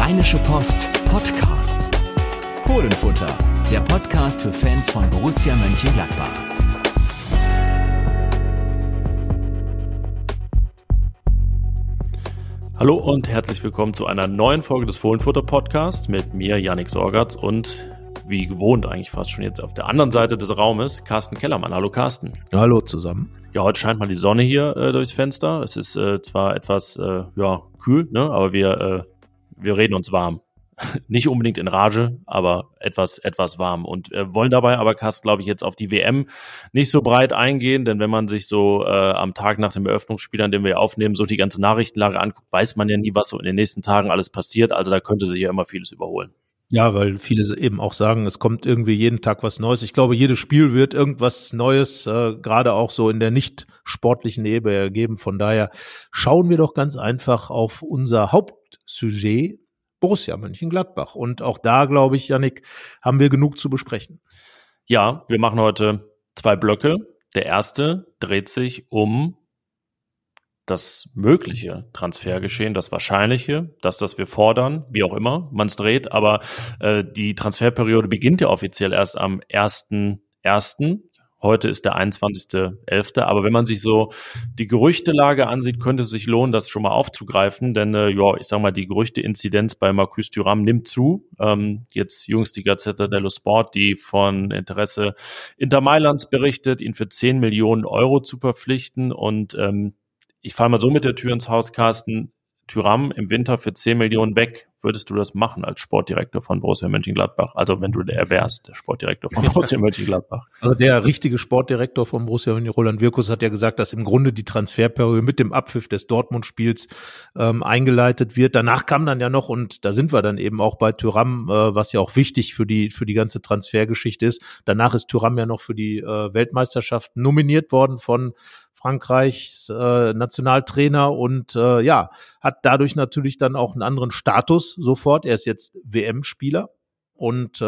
Rheinische Post Podcasts. Fohlenfutter, der Podcast für Fans von Borussia Mönchengladbach. Hallo und herzlich willkommen zu einer neuen Folge des Fohlenfutter Podcasts mit mir, Yannick Sorgatz, und wie gewohnt eigentlich fast schon jetzt auf der anderen Seite des Raumes, Carsten Kellermann. Hallo Carsten. Hallo zusammen. Ja, heute scheint mal die Sonne hier durchs Fenster. Es ist zwar etwas kühl, ne, aber wir reden uns warm. Nicht unbedingt in Rage, aber etwas warm. Und wollen dabei aber, Carsten, glaube ich, jetzt auf die WM nicht so breit eingehen, denn wenn man sich so am Tag nach dem Eröffnungsspiel, an dem wir aufnehmen, so die ganze Nachrichtenlage anguckt, weiß man ja nie, was so in den nächsten Tagen alles passiert. Also da könnte sich ja immer vieles überholen. Ja, weil viele eben auch sagen, es kommt irgendwie jeden Tag was Neues. Ich glaube, jedes Spiel wird irgendwas Neues, gerade auch so in der nicht sportlichen Ebene ergeben. Von daher schauen wir doch ganz einfach auf unser Hauptsujet, Borussia Mönchengladbach. Und auch da, glaube ich, Yannick, haben wir genug zu besprechen. Ja, wir machen heute 2 Blöcke. Der erste dreht sich um das mögliche Transfergeschehen, das wahrscheinliche, das wir fordern, wie auch immer man es dreht. Aber die Transferperiode beginnt ja offiziell erst am 1.1. Heute ist der 21.11. Aber wenn man sich so die Gerüchtelage ansieht, könnte es sich lohnen, das schon mal aufzugreifen. Denn ich sag mal, die Gerüchteinzidenz bei Marcus Thuram nimmt zu. Jetzt jüngst die Gazzetta dello Sport, die von Interesse Inter Mailands berichtet, ihn für 10 Millionen Euro zu verpflichten. Und ich falle mal so mit der Tür ins Haus, Carsten. Thuram im Winter für 10 Millionen weg. Würdest du das machen als Sportdirektor von Borussia Mönchengladbach? Also wenn du der wärst, der Sportdirektor von Borussia Mönchengladbach. Also der richtige Sportdirektor von Borussia Mönchengladbach, Roland Wirkus, hat ja gesagt, dass im Grunde die Transferperiode mit dem Abpfiff des Dortmund-Spiels eingeleitet wird. Danach kam dann ja noch, und da sind wir dann eben auch bei Thuram, was ja auch wichtig für die ganze Transfergeschichte ist. Danach ist Thuram ja noch für die Weltmeisterschaft nominiert worden von Frankreichs Nationaltrainer und hat dadurch natürlich dann auch einen anderen Status sofort. Er ist jetzt WM-Spieler und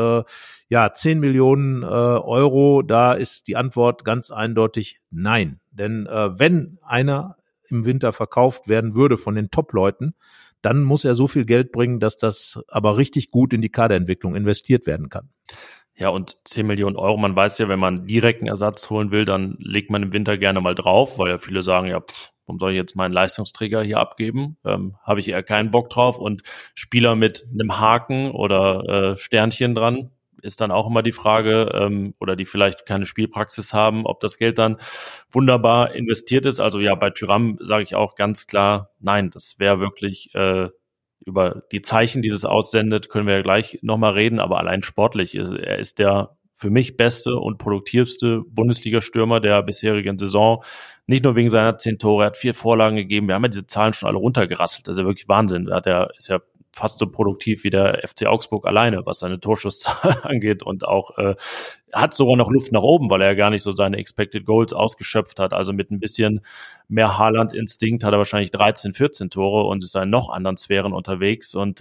10 Millionen Euro, da ist die Antwort ganz eindeutig nein. Denn wenn einer im Winter verkauft werden würde von den Top-Leuten, dann muss er so viel Geld bringen, dass das aber richtig gut in die Kaderentwicklung investiert werden kann. Ja, und 10 Millionen Euro, man weiß ja, wenn man direkten Ersatz holen will, dann legt man im Winter gerne mal drauf, weil ja viele sagen, warum soll ich jetzt meinen Leistungsträger hier abgeben? Habe ich eher keinen Bock drauf. Und Spieler mit einem Haken oder Sternchen dran ist dann auch immer die Frage, oder die vielleicht keine Spielpraxis haben, ob das Geld dann wunderbar investiert ist. Also ja, bei Thuram sage ich auch ganz klar, nein, das wäre wirklich über die Zeichen, die das aussendet, können wir ja gleich nochmal reden, aber allein sportlich er ist der für mich beste und produktivste Bundesliga-Stürmer der bisherigen Saison. Nicht nur wegen seiner 10 Tore, er hat 4 Vorlagen gegeben, wir haben ja diese Zahlen schon alle runtergerasselt, das ist ja wirklich Wahnsinn. Ist ja fast so produktiv wie der FC Augsburg alleine, was seine Torschusszahl angeht, und auch hat sogar noch Luft nach oben, weil er ja gar nicht so seine Expected Goals ausgeschöpft hat. Also mit ein bisschen mehr Haaland-Instinkt hat er wahrscheinlich 13, 14 Tore und ist da in noch anderen Sphären unterwegs. Und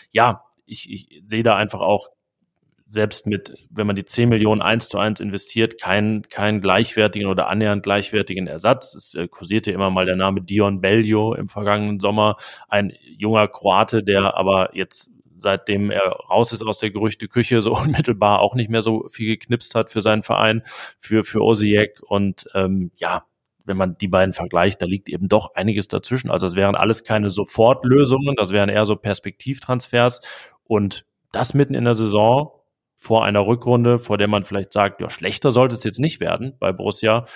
ich sehe da einfach auch, selbst wenn man die 10 Millionen 1:1 investiert, keinen gleichwertigen oder annähernd gleichwertigen Ersatz. Es kursierte immer mal der Name Dion Beljo im vergangenen Sommer, ein junger Kroate, der aber jetzt, seitdem er raus ist aus der Gerüchteküche, so unmittelbar auch nicht mehr so viel geknipst hat für seinen Verein, für Osijek. Und wenn man die beiden vergleicht, da liegt eben doch einiges dazwischen. Also das wären alles keine Sofortlösungen, das wären eher so Perspektivtransfers. Und das mitten in der Saison, vor einer Rückrunde, vor der man vielleicht sagt, ja, schlechter sollte es jetzt nicht werden bei Borussia.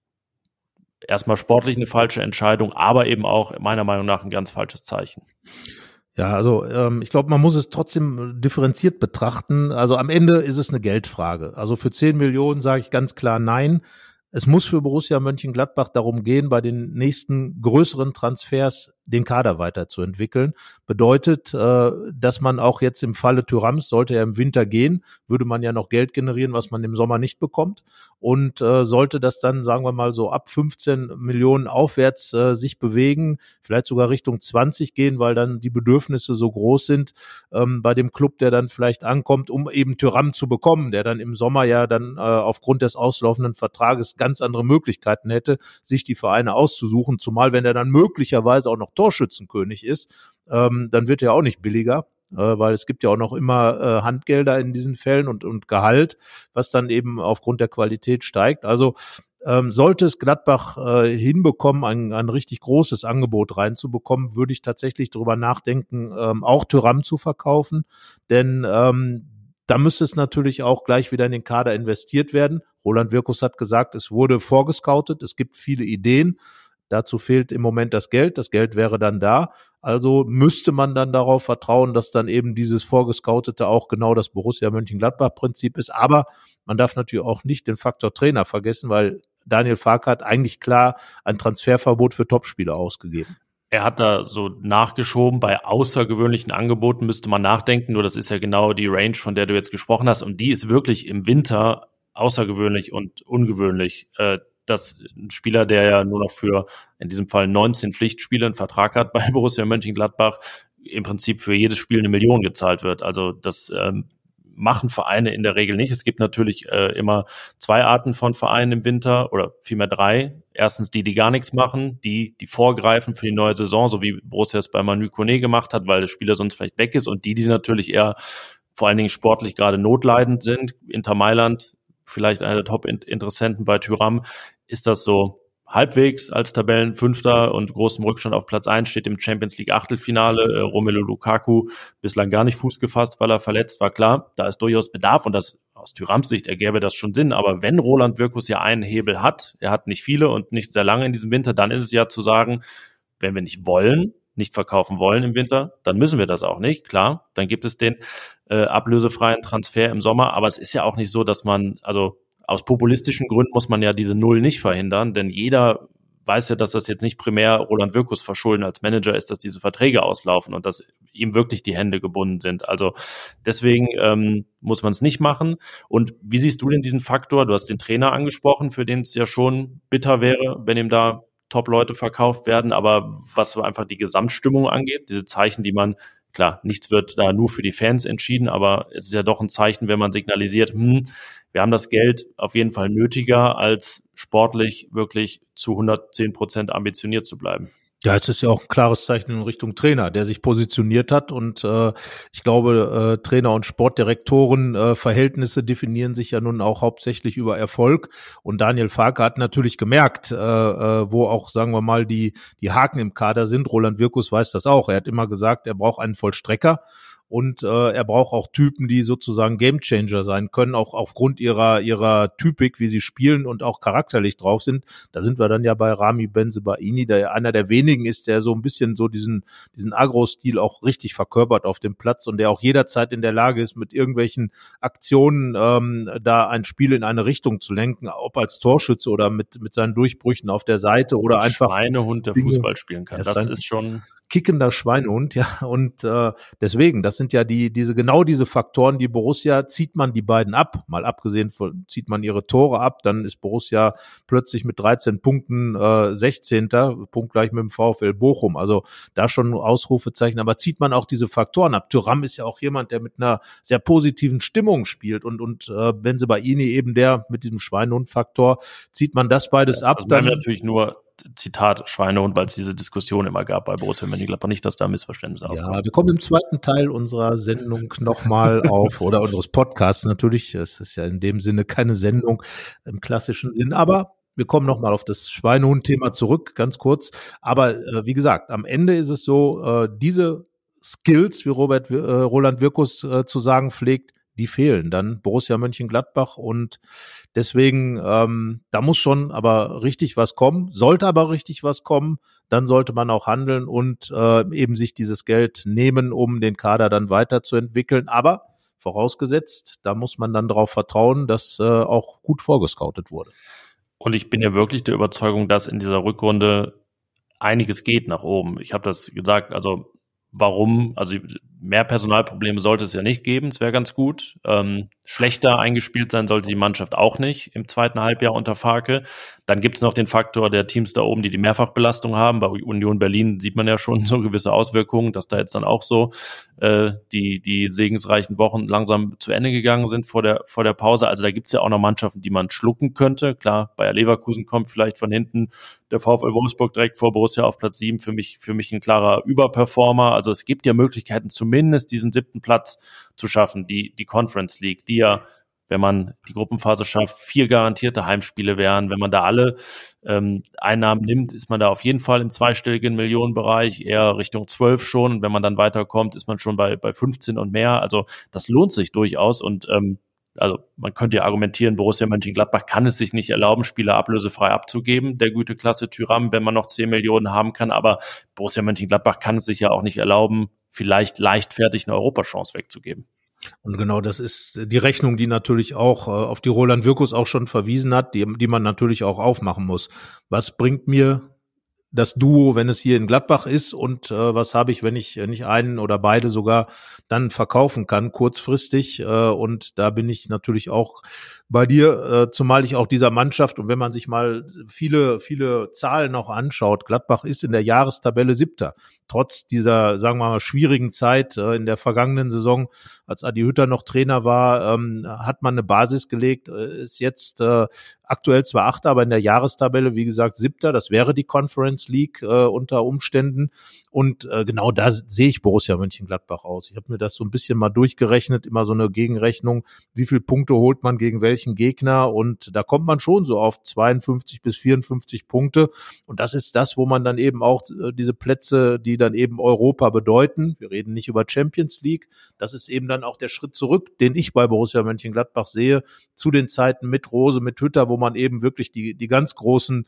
Erstmal sportlich eine falsche Entscheidung, aber eben auch meiner Meinung nach ein ganz falsches Zeichen. Ja, also ich glaube, man muss es trotzdem differenziert betrachten. Also am Ende ist es eine Geldfrage. Also für 10 Millionen sage ich ganz klar nein. Es muss für Borussia Mönchengladbach darum gehen, bei den nächsten größeren Transfers den Kader weiterzuentwickeln. Bedeutet, dass man auch jetzt im Falle Thurams, sollte er im Winter gehen, würde man ja noch Geld generieren, was man im Sommer nicht bekommt. Und sollte das dann, sagen wir mal, so ab 15 Millionen aufwärts sich bewegen, vielleicht sogar Richtung 20 gehen, weil dann die Bedürfnisse so groß sind bei dem Club, der dann vielleicht ankommt, um eben Thuram zu bekommen, der dann im Sommer ja dann aufgrund des auslaufenden Vertrages ganz andere Möglichkeiten hätte, sich die Vereine auszusuchen, zumal wenn er dann möglicherweise auch noch Torschützenkönig ist, dann wird er auch nicht billiger. weil es gibt ja auch noch immer Handgelder in diesen Fällen und Gehalt, was dann eben aufgrund der Qualität steigt. Also sollte es Gladbach hinbekommen, ein richtig großes Angebot reinzubekommen, würde ich tatsächlich darüber nachdenken, auch Thuram zu verkaufen, denn da müsste es natürlich auch gleich wieder in den Kader investiert werden. Roland Wirkus hat gesagt, es wurde vorgescoutet, es gibt viele Ideen. Dazu fehlt im Moment das Geld. Das Geld wäre dann da. Also müsste man dann darauf vertrauen, dass dann eben dieses Vorgescoutete auch genau das Borussia Mönchengladbach-Prinzip ist. Aber man darf natürlich auch nicht den Faktor Trainer vergessen, weil Daniel Farke hat eigentlich klar ein Transferverbot für Topspieler ausgegeben. Er hat da so nachgeschoben, bei außergewöhnlichen Angeboten müsste man nachdenken, nur das ist ja genau die Range, von der du jetzt gesprochen hast, und die ist wirklich im Winter außergewöhnlich und ungewöhnlich. Dass ein Spieler, der ja nur noch für in diesem Fall 19 Pflichtspiele einen Vertrag hat bei Borussia Mönchengladbach, im Prinzip für jedes Spiel 1 Million gezahlt wird. Also das machen Vereine in der Regel nicht. Es gibt natürlich immer 2 Arten von Vereinen im Winter oder vielmehr 3. Erstens die gar nichts machen, die vorgreifen für die neue Saison, so wie Borussia es bei Manu Kone gemacht hat, weil der Spieler sonst vielleicht weg ist, und die natürlich eher vor allen Dingen sportlich gerade notleidend sind. Inter Mailand, vielleicht einer der Top-Interessenten bei Thuram, ist das so halbwegs als Tabellenfünfter und großem Rückstand auf Platz 1, steht im Champions League Achtelfinale. Romelu Lukaku bislang gar nicht Fuß gefasst, weil er verletzt war. Klar, da ist durchaus Bedarf, und das aus Thürams Sicht ergäbe das schon Sinn. Aber wenn Roland Wirkus ja einen Hebel hat, er hat nicht viele und nicht sehr lange in diesem Winter, dann ist es ja zu sagen, wenn wir nicht verkaufen wollen im Winter, dann müssen wir das auch nicht. Klar, dann gibt es den ablösefreien Transfer im Sommer. Aber es ist ja auch nicht so, dass man, also aus populistischen Gründen muss man ja diese Null nicht verhindern, denn jeder weiß ja, dass das jetzt nicht primär Roland Wirkus Verschulden als Manager ist, dass diese Verträge auslaufen und dass ihm wirklich die Hände gebunden sind. Also deswegen muss man es nicht machen. Und wie siehst du denn diesen Faktor? Du hast den Trainer angesprochen, für den es ja schon bitter wäre, wenn ihm da Top-Leute verkauft werden. Aber was so einfach die Gesamtstimmung angeht, diese Zeichen, die man, klar, nichts wird da nur für die Fans entschieden, aber es ist ja doch ein Zeichen, wenn man signalisiert, wir haben das Geld auf jeden Fall nötiger, als sportlich wirklich zu 110% ambitioniert zu bleiben. Ja, es ist ja auch ein klares Zeichen in Richtung Trainer, der sich positioniert hat, und ich glaube, Trainer und Sportdirektoren Verhältnisse definieren sich ja nun auch hauptsächlich über Erfolg, und Daniel Farke hat natürlich gemerkt, wo auch, sagen wir mal, die Haken im Kader sind. Roland Wirkus weiß das auch. Er hat immer gesagt, er braucht einen Vollstrecker. Und er braucht auch Typen, die sozusagen Gamechanger sein können, auch aufgrund ihrer Typik, wie sie spielen und auch charakterlich drauf sind. Da sind wir dann ja bei Rami Bensebaini, der einer der wenigen ist, der so ein bisschen so diesen Agro-Stil auch richtig verkörpert auf dem Platz und der auch jederzeit in der Lage ist, mit irgendwelchen Aktionen da ein Spiel in eine Richtung zu lenken, ob als Torschütze oder mit seinen Durchbrüchen auf der Seite oder einfach Schweinehund, der Fußball spielen kann. Das ist schon kickender Schweinehund, ja, und deswegen, das sind ja diese Faktoren, die Borussia, zieht man die beiden ab, mal abgesehen von, zieht man ihre Tore ab, dann ist Borussia plötzlich mit 13 Punkten 16. punktgleich mit dem VfL Bochum, also da schon Ausrufezeichen, aber zieht man auch diese Faktoren ab. Thuram ist ja auch jemand, der mit einer sehr positiven Stimmung spielt, und Bensebaini eben der mit diesem Schweinehund-Faktor, zieht man das beides ab, also dann natürlich nur Zitat Schweinehund, weil es diese Diskussion immer gab bei Borussia Mönchengladbach, nicht, dass da Missverständnisse aufkommen. Ja, wir kommen im zweiten Teil unserer Sendung nochmal auf, oder unseres Podcasts natürlich, es ist ja in dem Sinne keine Sendung im klassischen Sinn, aber wir kommen nochmal auf das Schweinehund-Thema zurück, ganz kurz, aber wie gesagt, am Ende ist es so, diese Skills, wie Roland Wirkus zu sagen pflegt, die fehlen dann Borussia Mönchengladbach, und deswegen, da muss schon aber richtig was kommen, sollte aber richtig was kommen, dann sollte man auch handeln und eben sich dieses Geld nehmen, um den Kader dann weiterzuentwickeln, aber vorausgesetzt, da muss man dann darauf vertrauen, dass auch gut vorgescoutet wurde. Und ich bin ja wirklich der Überzeugung, dass in dieser Rückrunde einiges geht nach oben. Ich habe das gesagt, also warum? Also mehr Personalprobleme sollte es ja nicht geben, es wäre ganz gut. schlechter eingespielt sein sollte die Mannschaft auch nicht im zweiten Halbjahr unter Farke. Dann gibt es noch den Faktor der Teams da oben, die Mehrfachbelastung haben. Bei Union Berlin sieht man ja schon so gewisse Auswirkungen, dass da jetzt dann auch so die segensreichen Wochen langsam zu Ende gegangen sind vor der Pause. Also da gibt es ja auch noch Mannschaften, die man schlucken könnte. Klar, Bayer Leverkusen kommt vielleicht von hinten, der VfL Wolfsburg direkt vor Borussia auf Platz 7, für mich ein klarer Überperformer. Also es gibt ja Möglichkeiten, zumindest diesen 7. Platz zu schaffen, die Conference League, die ja, wenn man die Gruppenphase schafft, 4 garantierte Heimspiele wären. Wenn man da alle Einnahmen nimmt, ist man da auf jeden Fall im zweistelligen Millionenbereich, eher Richtung 12 schon. Und wenn man dann weiterkommt, ist man schon bei 15 und mehr. Also das lohnt sich durchaus. Und also man könnte ja argumentieren, Borussia Mönchengladbach kann es sich nicht erlauben, Spieler ablösefrei abzugeben, der Güteklasse Thuram, wenn man noch 10 Millionen haben kann. Aber Borussia Mönchengladbach kann es sich ja auch nicht erlauben, vielleicht leichtfertig eine Europachance wegzugeben. Und genau, das ist die Rechnung, die natürlich auch auf die Roland Wirkus auch schon verwiesen hat, die man natürlich auch aufmachen muss. Was bringt mir das Duo, wenn es hier in Gladbach ist, und was habe ich, wenn ich nicht einen oder beide sogar dann verkaufen kann, kurzfristig, und da bin ich natürlich auch bei dir, zumal ich auch dieser Mannschaft, und wenn man sich mal viele Zahlen auch anschaut, Gladbach ist in der Jahrestabelle 7. Trotz dieser, sagen wir mal, schwierigen Zeit in der vergangenen Saison, als Adi Hütter noch Trainer war, hat man eine Basis gelegt, ist jetzt aktuell zwar 8., aber in der Jahrestabelle, wie gesagt, 7. Das wäre die Conference League unter Umständen. Und genau da sehe ich Borussia Mönchengladbach aus. Ich habe mir das so ein bisschen mal durchgerechnet, immer so eine Gegenrechnung, wie viele Punkte holt man gegen welchen Gegner, und da kommt man schon so auf 52 bis 54 Punkte, und das ist das, wo man dann eben auch diese Plätze, die dann eben Europa bedeuten, wir reden nicht über Champions League, das ist eben dann auch der Schritt zurück, den ich bei Borussia Mönchengladbach sehe, zu den Zeiten mit Rose, mit Hütter, wo man eben wirklich die ganz großen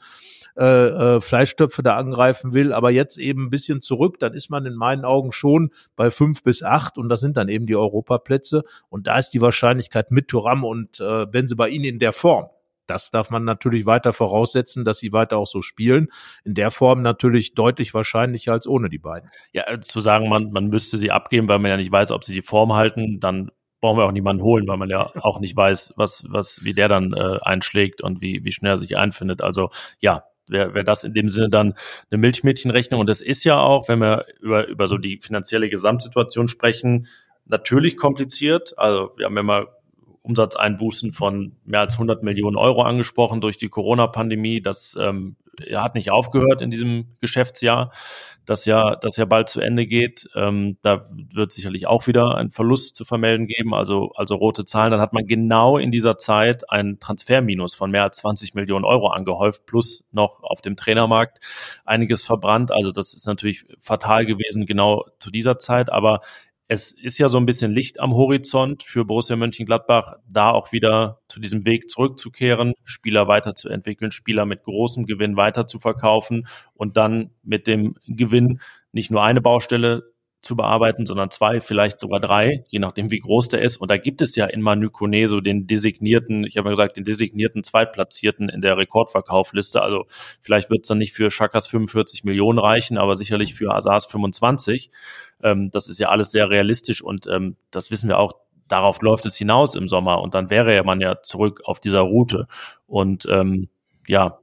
Fleischtöpfe da angreifen will, aber jetzt eben ein bisschen zurück, dann ist man in meinen Augen schon bei 5 bis 8, und das sind dann eben die Europaplätze, und da ist die Wahrscheinlichkeit mit Thuram und Bensebaini in der Form, das darf man natürlich weiter voraussetzen, dass sie weiter auch so spielen, in der Form natürlich deutlich wahrscheinlicher als ohne die beiden. Ja, zu sagen, man müsste sie abgeben, weil man ja nicht weiß, ob sie die Form halten, dann brauchen wir auch niemanden holen, weil man ja auch nicht weiß, wie der dann einschlägt und wie schnell er sich einfindet. Also ja, wäre das in dem Sinne dann eine Milchmädchenrechnung. Und das ist ja auch, wenn wir über so die finanzielle Gesamtsituation sprechen, natürlich kompliziert. Also wir haben ja mal Umsatzeinbußen von mehr als 100 Millionen Euro angesprochen durch die Corona-Pandemie. Das hat nicht aufgehört in diesem Geschäftsjahr, das ja bald zu Ende geht. Da wird sicherlich auch wieder ein Verlust zu vermelden geben, also rote Zahlen. Dann hat man genau in dieser Zeit ein Transferminus von mehr als 20 Millionen Euro angehäuft, plus noch auf dem Trainermarkt einiges verbrannt. Also das ist natürlich fatal gewesen, genau zu dieser Zeit, aber es ist ja so ein bisschen Licht am Horizont für Borussia Mönchengladbach, da auch wieder zu diesem Weg zurückzukehren, Spieler weiterzuentwickeln, Spieler mit großem Gewinn weiterzuverkaufen und dann mit dem Gewinn nicht nur eine Baustelle zu bearbeiten, sondern 2, vielleicht sogar 3, je nachdem wie groß der ist. Und da gibt es ja in Manu Kone so den designierten, ich habe ja gesagt, den designierten Zweitplatzierten in der Rekordverkaufliste. Also vielleicht wird es dann nicht für Xhakas 45 Millionen reichen, aber sicherlich für Azars 25. Das ist ja alles sehr realistisch, und das wissen wir auch, darauf läuft es hinaus im Sommer, und dann wäre man ja zurück auf dieser Route. Und ja,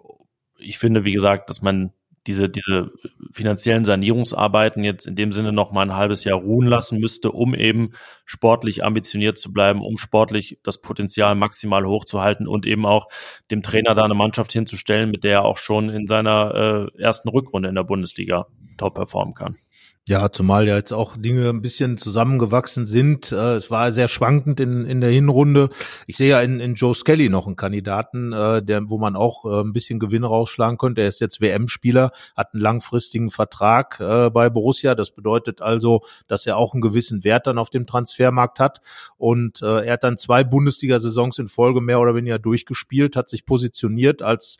ich finde, wie gesagt, dass man diese finanziellen Sanierungsarbeiten jetzt in dem Sinne noch mal ein halbes Jahr ruhen lassen müsste, um eben sportlich ambitioniert zu bleiben, um sportlich das Potenzial maximal hochzuhalten und eben auch dem Trainer da eine Mannschaft hinzustellen, mit der er auch schon in seiner ersten Rückrunde in der Bundesliga top performen kann. Ja, zumal ja jetzt auch Dinge ein bisschen zusammengewachsen sind. Es war sehr schwankend in der Hinrunde. Ich sehe ja in Joe Skelly noch einen Kandidaten, wo man auch ein bisschen Gewinn rausschlagen könnte. Er ist jetzt WM-Spieler, hat einen langfristigen Vertrag bei Borussia. Das bedeutet also, dass er auch einen gewissen Wert dann auf dem Transfermarkt hat. Und er hat dann 2 Bundesliga-Saisons in Folge mehr oder weniger durchgespielt, hat sich positioniert als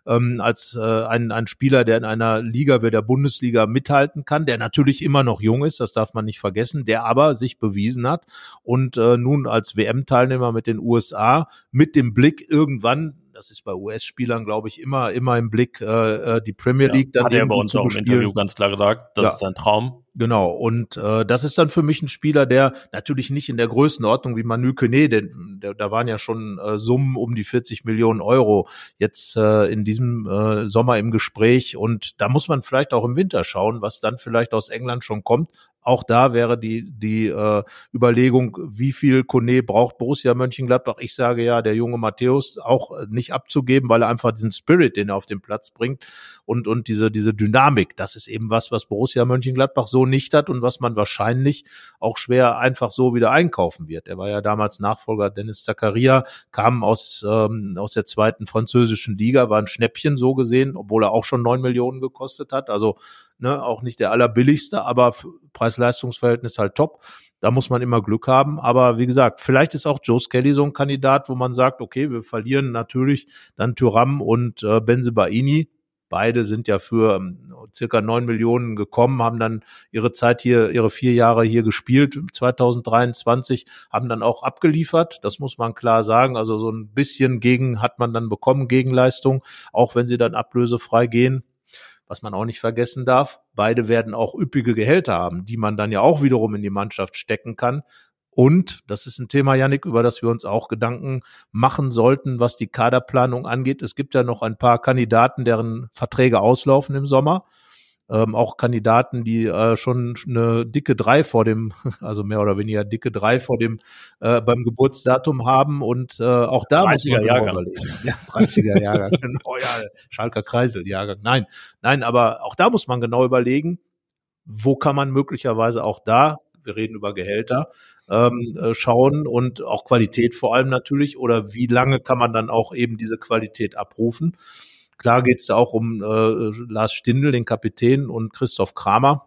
ein Spieler, der in einer Liga wie der Bundesliga mithalten kann, der natürlich immer noch jung ist, das darf man nicht vergessen, der aber sich bewiesen hat und nun als WM-Teilnehmer mit den USA mit dem Blick irgendwann, das ist bei US-Spielern, glaube ich, immer im Blick, die Premier League dann hat er bei uns auch im Interview ganz klar gesagt, das ist sein Traum. Genau, und das ist dann für mich ein Spieler, der natürlich nicht in der Größenordnung wie Manu Koné, denn da waren ja schon Summen um die 40 Millionen Euro jetzt in diesem Sommer im Gespräch, und da muss man vielleicht auch im Winter schauen, was dann vielleicht aus England schon kommt. Auch da wäre die Überlegung, wie viel Koné braucht Borussia Mönchengladbach. Ich sage ja, der junge Matthäus auch nicht abzugeben, weil er einfach diesen Spirit, den er auf den Platz bringt, und diese Dynamik, das ist eben was Borussia Mönchengladbach so nicht hat und was man wahrscheinlich auch schwer einfach so wieder einkaufen wird. Er war ja damals Nachfolger Dennis Zakaria, kam aus der zweiten französischen Liga, war ein Schnäppchen so gesehen, obwohl er auch schon 9 Millionen gekostet hat, also auch nicht der allerbilligste, aber Preis-Leistungs-Verhältnis halt top. Da muss man immer Glück haben. Aber wie gesagt, vielleicht ist auch Joe Skelly so ein Kandidat, wo man sagt, okay, wir verlieren natürlich dann Thuram und Bensebaini. Beide sind ja für circa 9 Millionen gekommen, haben dann ihre 4 Jahre hier gespielt, 2023, haben dann auch abgeliefert. Das muss man klar sagen. Also so ein bisschen hat man dann bekommen, Gegenleistung, auch wenn sie dann ablösefrei gehen. Was man auch nicht vergessen darf, beide werden auch üppige Gehälter haben, die man dann ja auch wiederum in die Mannschaft stecken kann. Und das ist ein Thema, Yannick, über das wir uns auch Gedanken machen sollten, was die Kaderplanung angeht. Es gibt ja noch ein paar Kandidaten, deren Verträge auslaufen im Sommer. Auch Kandidaten, die schon eine dicke 3 also mehr oder weniger dicke 3 beim Geburtsdatum haben, und auch da muss man überlegen. Ja, 30er Jahrgang, genau, ja, Schalker Kreisel-Jahrgang. Nein, aber auch da muss man genau überlegen, wo kann man möglicherweise auch da, wir reden über Gehälter, schauen, und auch Qualität vor allem natürlich, oder wie lange kann man dann auch eben diese Qualität abrufen. Klar geht es da auch um Lars Stindl, den Kapitän, und Christoph Kramer.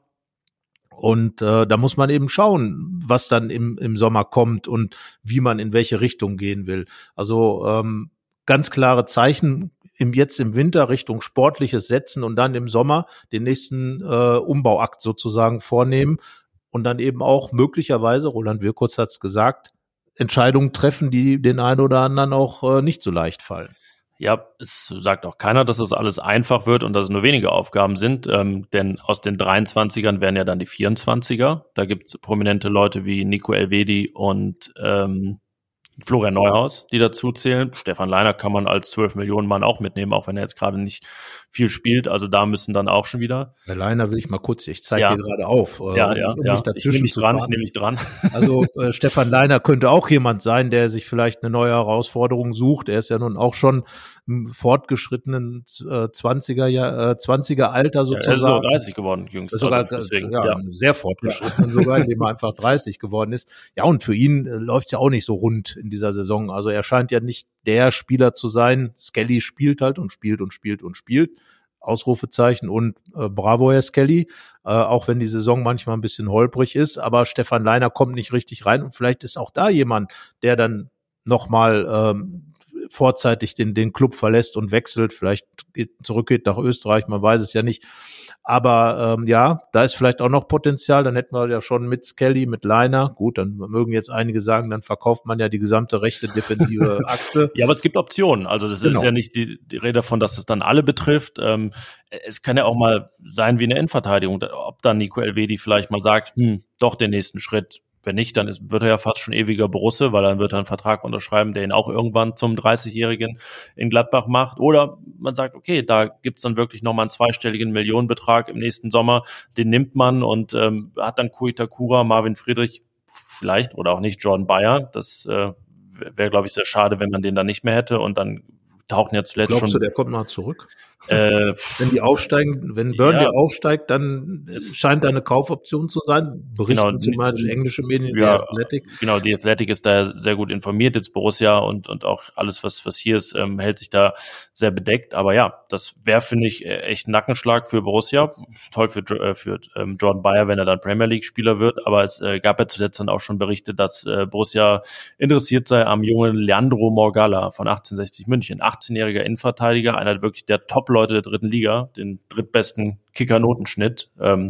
Und da muss man eben schauen, was dann im Sommer kommt und wie man in welche Richtung gehen will. Also ganz klare Zeichen jetzt im Winter Richtung Sportliches setzen und dann im Sommer den nächsten Umbauakt sozusagen vornehmen und dann eben auch möglicherweise, Roland Wirkoz hat es gesagt, Entscheidungen treffen, die den einen oder anderen auch nicht so leicht fallen. Ja, es sagt auch keiner, dass das alles einfach wird und dass es nur wenige Aufgaben sind, denn aus den 23ern werden ja dann die 24er. Da gibt es prominente Leute wie Nico Elvedi und Florian Neuhaus, die dazu zählen. Stefan Leiner kann man als 12 Millionen Mann auch mitnehmen, auch wenn er jetzt gerade nicht viel spielt. Also da müssen dann auch schon wieder. Bei Leiner will ich mal kurz, ich zeige dir gerade auf. Ja. Ich nehme mich dran. Also Stefan Leiner könnte auch jemand sein, der sich vielleicht eine neue Herausforderung sucht. Er ist ja nun auch schon im fortgeschrittenen 20er Alter sozusagen. Er ist sogar 30 geworden, jüngst. Sogar, sehr fortgeschritten sogar, indem er einfach 30 geworden ist. Ja, und für ihn läuft es ja auch nicht so rund in dieser Saison. Also er scheint ja nicht der Spieler zu sein. Skelly spielt halt und spielt. Ausrufezeichen, und bravo, Herr Skelly, auch wenn die Saison manchmal ein bisschen holprig ist, aber Stefan Leiner kommt nicht richtig rein, und vielleicht ist auch da jemand, der dann nochmal vorzeitig den Club verlässt und wechselt, vielleicht zurückgeht nach Österreich, man weiß es ja nicht. Aber da ist vielleicht auch noch Potenzial. Dann hätten wir ja schon mit Skelly, mit Leiner. Gut, dann mögen jetzt einige sagen, dann verkauft man ja die gesamte rechte defensive Achse. Ja, aber es gibt Optionen. Also das ist ja nicht die Rede davon, dass es dann alle betrifft. Es kann ja auch mal sein wie eine Innenverteidigung, ob dann Nico Elvedi vielleicht mal sagt, doch den nächsten Schritt. Wenn nicht, dann wird er ja fast schon ewiger Borusse, weil dann wird er einen Vertrag unterschreiben, der ihn auch irgendwann zum 30-Jährigen in Gladbach macht. Oder man sagt, okay, da gibt's dann wirklich nochmal einen zweistelligen Millionenbetrag im nächsten Sommer. Den nimmt man und hat dann Ko Itakura, Marvin Friedrich vielleicht oder auch nicht Jordan Bayer. Das wäre, glaube ich, sehr schade, wenn man den dann nicht mehr hätte. Und dann tauchen ja zuletzt Glaubst du, der kommt mal zurück? Wenn die aufsteigen, wenn Burnley aufsteigt, dann scheint da eine Kaufoption zu sein. Berichten zum Beispiel englische Medien, die Athletic. Genau, die Athletic ist da sehr gut informiert, jetzt Borussia und auch alles, was hier ist, hält sich da sehr bedeckt. Aber ja, das wäre, finde ich, echt ein Nackenschlag für Borussia. Toll für Jordan Bayer, wenn er dann Premier League-Spieler wird. Aber es gab ja zuletzt dann auch schon Berichte, dass Borussia interessiert sei am jungen Leandro Morgalla von 1860 München. 18-jähriger Innenverteidiger, einer wirklich der Top-Leute der dritten Liga, den drittbesten Kicker-Notenschnitt,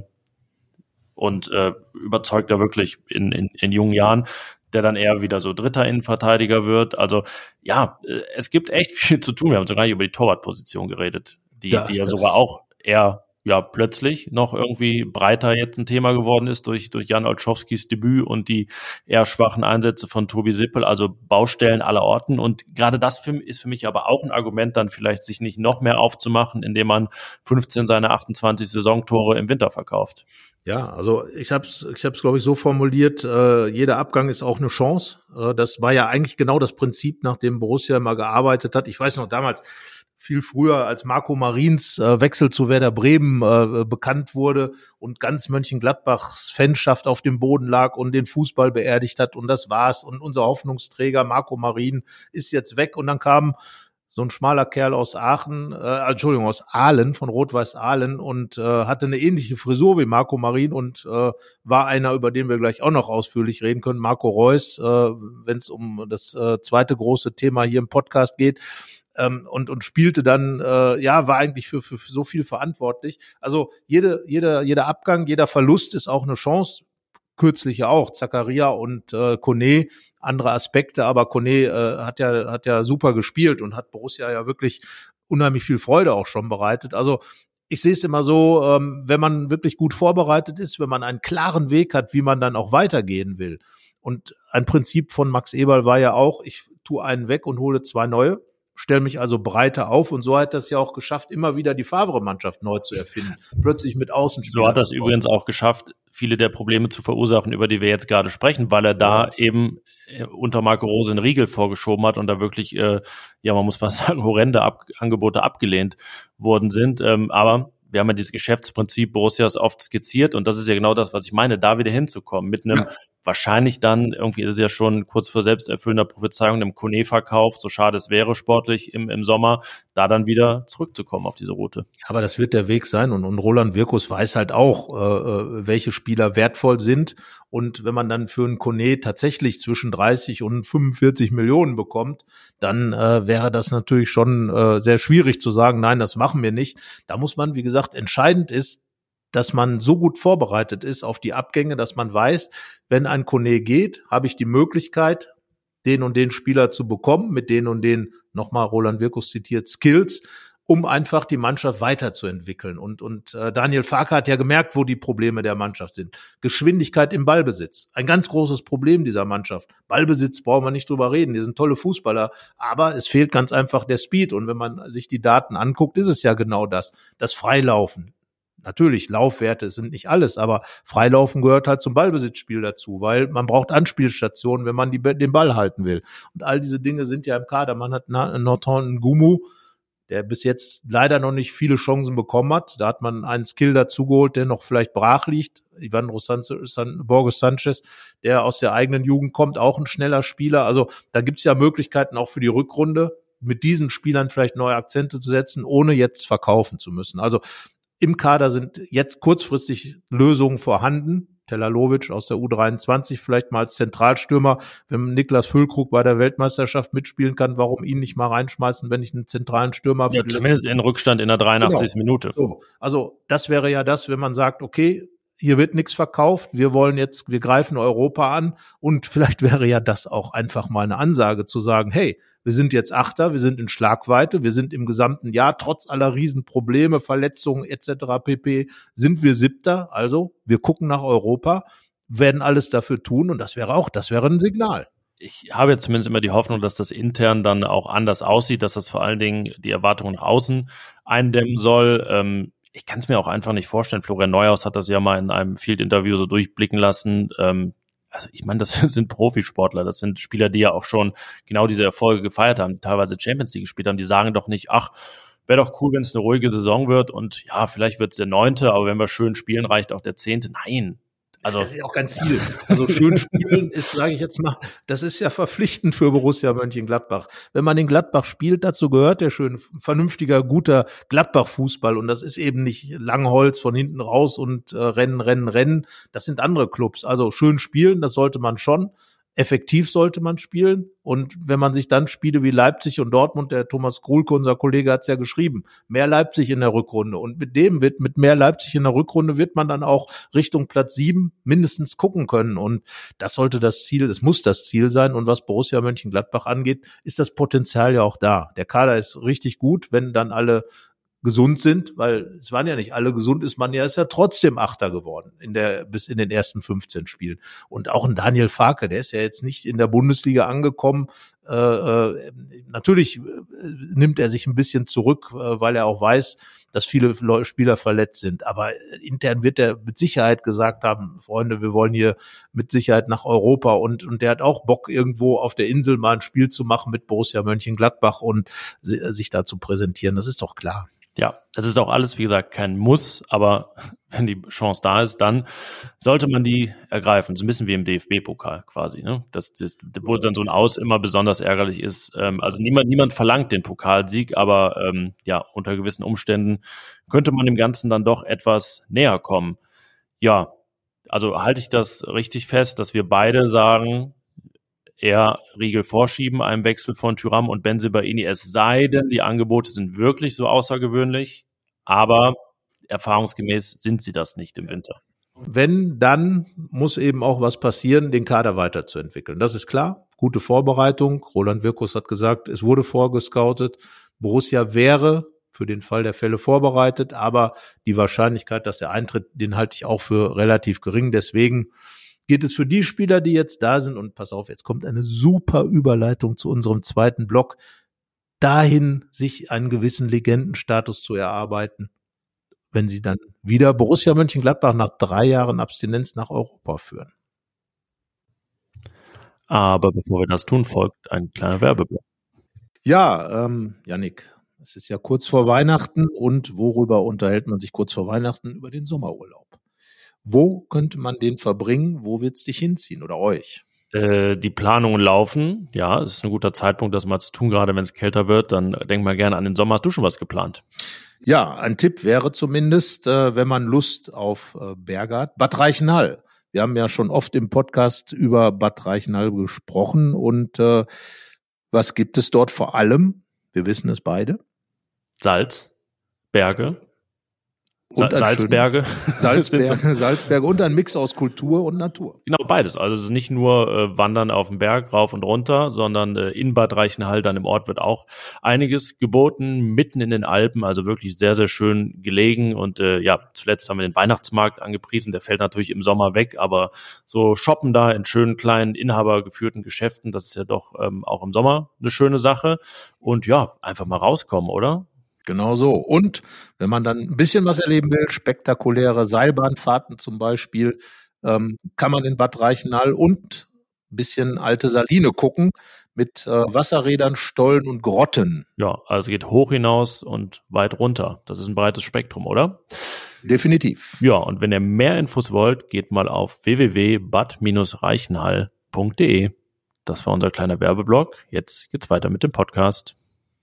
und überzeugt da wirklich in jungen Jahren, der dann eher wieder so dritter Innenverteidiger wird. Also ja, es gibt echt viel zu tun. Wir haben sogar nicht über die Torwartposition geredet, die ja sogar auch eher ja plötzlich noch irgendwie breiter jetzt ein Thema geworden ist durch Jan Olszewskis Debüt und die eher schwachen Einsätze von Tobi Sippel, also Baustellen aller Orten. Und gerade das ist für mich aber auch ein Argument, dann vielleicht sich nicht noch mehr aufzumachen, indem man 15 seiner 28 Saisontore im Winter verkauft. Ja, also ich hab's glaube ich so formuliert, jeder Abgang ist auch eine Chance. Das war ja eigentlich genau das Prinzip, nach dem Borussia immer gearbeitet hat. Ich weiß noch damals, viel früher, als Marco Marins Wechsel zu Werder Bremen bekannt wurde und ganz Mönchengladbachs Fanschaft auf dem Boden lag und den Fußball beerdigt hat und das war's. Und unser Hoffnungsträger Marco Marin ist jetzt weg und dann kam so ein schmaler Kerl aus aus Aalen, von Rot-Weiß Aalen und hatte eine ähnliche Frisur wie Marco Marin und war einer, über den wir gleich auch noch ausführlich reden können, Marco Reus, wenn es um das zweite große Thema hier im Podcast geht. Und spielte dann, war eigentlich für so viel verantwortlich. Also jeder Abgang, jeder Verlust ist auch eine Chance. Kürzlich ja auch Zakaria und Kone, andere Aspekte, aber Kone hat ja super gespielt und hat Borussia ja wirklich unheimlich viel Freude auch schon bereitet. Also ich sehe es immer so, wenn man wirklich gut vorbereitet ist, wenn man einen klaren Weg hat, wie man dann auch weitergehen will. Und ein Prinzip von Max Eberl war ja auch, ich tue einen weg und hole 2 neue. Stell mich also breiter auf und so hat das ja auch geschafft, immer wieder die Favre-Mannschaft neu zu erfinden. Plötzlich mit Außenspielern. So hat das übrigens auch geschafft, viele der Probleme zu verursachen, über die wir jetzt gerade sprechen, weil er da eben unter Marco Rose einen Riegel vorgeschoben hat und da wirklich, man muss fast sagen, horrende Angebote abgelehnt worden sind. Aber wir haben ja dieses Geschäftsprinzip Borussias oft skizziert und das ist ja genau das, was ich meine, da wieder hinzukommen. Mit einem wahrscheinlich dann, irgendwie ist es ja schon kurz vor selbsterfüllender Prophezeiung, einem Kone-Verkauf, so schade es wäre sportlich im Sommer, da dann wieder zurückzukommen auf diese Route. Aber das wird der Weg sein und Roland Wirkus weiß halt auch, welche Spieler wertvoll sind und wenn man dann für einen Kone tatsächlich zwischen 30 und 45 Millionen bekommt, dann wäre das natürlich schon sehr schwierig zu sagen, nein, das machen wir nicht. Da muss man, wie gesagt, entscheidend ist, dass man so gut vorbereitet ist auf die Abgänge, dass man weiß, wenn ein Kone geht, habe ich die Möglichkeit, den und den Spieler zu bekommen, mit den und den, nochmal Roland Wirkus zitiert, Skills, um einfach die Mannschaft weiterzuentwickeln. Und Daniel Farke hat ja gemerkt, wo die Probleme der Mannschaft sind. Geschwindigkeit im Ballbesitz. Ein ganz großes Problem dieser Mannschaft. Ballbesitz brauchen wir nicht drüber reden. Die sind tolle Fußballer. Aber es fehlt ganz einfach der Speed. Und wenn man sich die Daten anguckt, ist es ja genau das. Das Freilaufen. Natürlich, Laufwerte sind nicht alles, aber Freilaufen gehört halt zum Ballbesitzspiel dazu, weil man braucht Anspielstationen, wenn man den Ball halten will. Und all diese Dinge sind ja im Kader. Man hat Norton Ngumu, der bis jetzt leider noch nicht viele Chancen bekommen hat. Da hat man einen Skill dazugeholt, der noch vielleicht brach liegt. Ivan Borges Sanchez, der aus der eigenen Jugend kommt, auch ein schneller Spieler. Also da gibt's ja Möglichkeiten auch für die Rückrunde, mit diesen Spielern vielleicht neue Akzente zu setzen, ohne jetzt verkaufen zu müssen. Also im Kader sind jetzt kurzfristig Lösungen vorhanden. Telalovic aus der U23 vielleicht mal als Zentralstürmer. Wenn Niklas Füllkrug bei der Weltmeisterschaft mitspielen kann, warum ihn nicht mal reinschmeißen, wenn ich einen zentralen Stürmer ja, zumindest in Rückstand in der 83. Minute. So. Also das wäre ja das, wenn man sagt, okay, hier wird nichts verkauft, wir greifen Europa an und vielleicht wäre ja das auch einfach mal eine Ansage zu sagen, hey, wir sind jetzt Achter, wir sind in Schlagweite, wir sind im gesamten Jahr, trotz aller Riesenprobleme, Verletzungen etc. pp., sind wir Siebter, also wir gucken nach Europa, werden alles dafür tun und das wäre ein Signal. Ich habe jetzt zumindest immer die Hoffnung, dass das intern dann auch anders aussieht, dass das vor allen Dingen die Erwartungen nach außen eindämmen soll. Ich kann es mir auch einfach nicht vorstellen. Florian Neuhaus hat das ja mal in einem Field-Interview so durchblicken lassen. Also ich meine, das sind Profisportler, das sind Spieler, die ja auch schon genau diese Erfolge gefeiert haben, die teilweise Champions League gespielt haben, die sagen doch nicht, ach, wäre doch cool, wenn es eine ruhige Saison wird und ja, vielleicht wird es der 9., aber wenn wir schön spielen, reicht auch der 10. Nein. Also das ist ja auch kein Ziel. Also schön spielen ist, sage ich jetzt mal, das ist ja verpflichtend für Borussia Mönchengladbach. Wenn man in Gladbach spielt, dazu gehört der schön vernünftiger, guter Gladbach-Fußball und das ist eben nicht Langholz von hinten raus und rennen. Das sind andere Clubs. Also schön spielen, das sollte man schon. Effektiv sollte man spielen und wenn man sich dann Spiele wie Leipzig und Dortmund, der Thomas Krulke, unser Kollege, hat es ja geschrieben, mehr Leipzig in der Rückrunde und mit mehr Leipzig in der Rückrunde wird man dann auch Richtung Platz 7 mindestens gucken können und das muss das Ziel sein und was Borussia Mönchengladbach angeht, ist das Potenzial ja auch da. Der Kader ist richtig gut, wenn dann alle gesund sind, weil es waren ja nicht alle gesund, ist ja trotzdem Achter geworden bis in den ersten 15 Spielen. Und auch ein Daniel Farke, der ist ja jetzt nicht in der Bundesliga angekommen. Natürlich nimmt er sich ein bisschen zurück, weil er auch weiß, dass viele Spieler verletzt sind. Aber intern wird er mit Sicherheit gesagt haben, Freunde, wir wollen hier mit Sicherheit nach Europa. Und der hat auch Bock, irgendwo auf der Insel mal ein Spiel zu machen mit Borussia Mönchengladbach und sich da zu präsentieren. Das ist doch klar. Ja, es ist auch alles, wie gesagt, kein Muss, aber wenn die Chance da ist, dann sollte man die ergreifen. So ein bisschen wie im DFB-Pokal quasi, ne? Wo dann so ein Aus immer besonders ärgerlich ist. Also niemand verlangt den Pokalsieg, aber unter gewissen Umständen könnte man dem Ganzen dann doch etwas näher kommen. Ja, also halte ich das richtig fest, dass wir beide sagen, eher Riegel vorschieben, einem Wechsel von Thuram und Bensebaini, es sei denn, die Angebote sind wirklich so außergewöhnlich, aber erfahrungsgemäß sind sie das nicht im Winter. Wenn, dann muss eben auch was passieren, den Kader weiterzuentwickeln. Das ist klar. Gute Vorbereitung. Roland Wirkus hat gesagt, es wurde vorgescoutet. Borussia wäre für den Fall der Fälle vorbereitet, aber die Wahrscheinlichkeit, dass er eintritt, den halte ich auch für relativ gering. Deswegen geht es für die Spieler, die jetzt da sind, und pass auf, jetzt kommt eine super Überleitung zu unserem zweiten Block, dahin sich einen gewissen Legendenstatus zu erarbeiten, wenn sie dann wieder Borussia Mönchengladbach nach 3 Jahren Abstinenz nach Europa führen. Aber bevor wir das tun, folgt ein kleiner Werbeblock. Ja, Yannick, es ist ja kurz vor Weihnachten, und worüber unterhält man sich kurz vor Weihnachten? Über den Sommerurlaub. Wo könnte man den verbringen? Wo wird's dich hinziehen oder euch? Die Planungen laufen. Ja, es ist ein guter Zeitpunkt, das mal zu tun, gerade wenn es kälter wird. Dann denk mal gerne an den Sommer. Hast du schon was geplant? Ja, ein Tipp wäre zumindest, wenn man Lust auf Berge hat, Bad Reichenhall. Wir haben ja schon oft im Podcast über Bad Reichenhall gesprochen. Und was gibt es dort vor allem? Wir wissen es beide. Salz, Berge. Und Salzberge. Salzberge und ein Mix aus Kultur und Natur. Genau, beides. Also es ist nicht nur Wandern auf den Berg, rauf und runter, sondern in Bad Reichenhall, dann im Ort, wird auch einiges geboten, mitten in den Alpen, also wirklich sehr, sehr schön gelegen. Und zuletzt haben wir den Weihnachtsmarkt angepriesen, der fällt natürlich im Sommer weg, aber so shoppen da in schönen, kleinen, inhabergeführten Geschäften, das ist ja doch auch im Sommer eine schöne Sache. Und ja, einfach mal rauskommen, oder? Genau so. Und wenn man dann ein bisschen was erleben will, spektakuläre Seilbahnfahrten zum Beispiel, kann man in Bad Reichenhall und ein bisschen alte Saline gucken mit Wasserrädern, Stollen und Grotten. Ja, also geht hoch hinaus und weit runter. Das ist ein breites Spektrum, oder? Definitiv. Ja, und wenn ihr mehr Infos wollt, geht mal auf www.bad-reichenhall.de. Das war unser kleiner Werbeblock. Jetzt geht's weiter mit dem Podcast.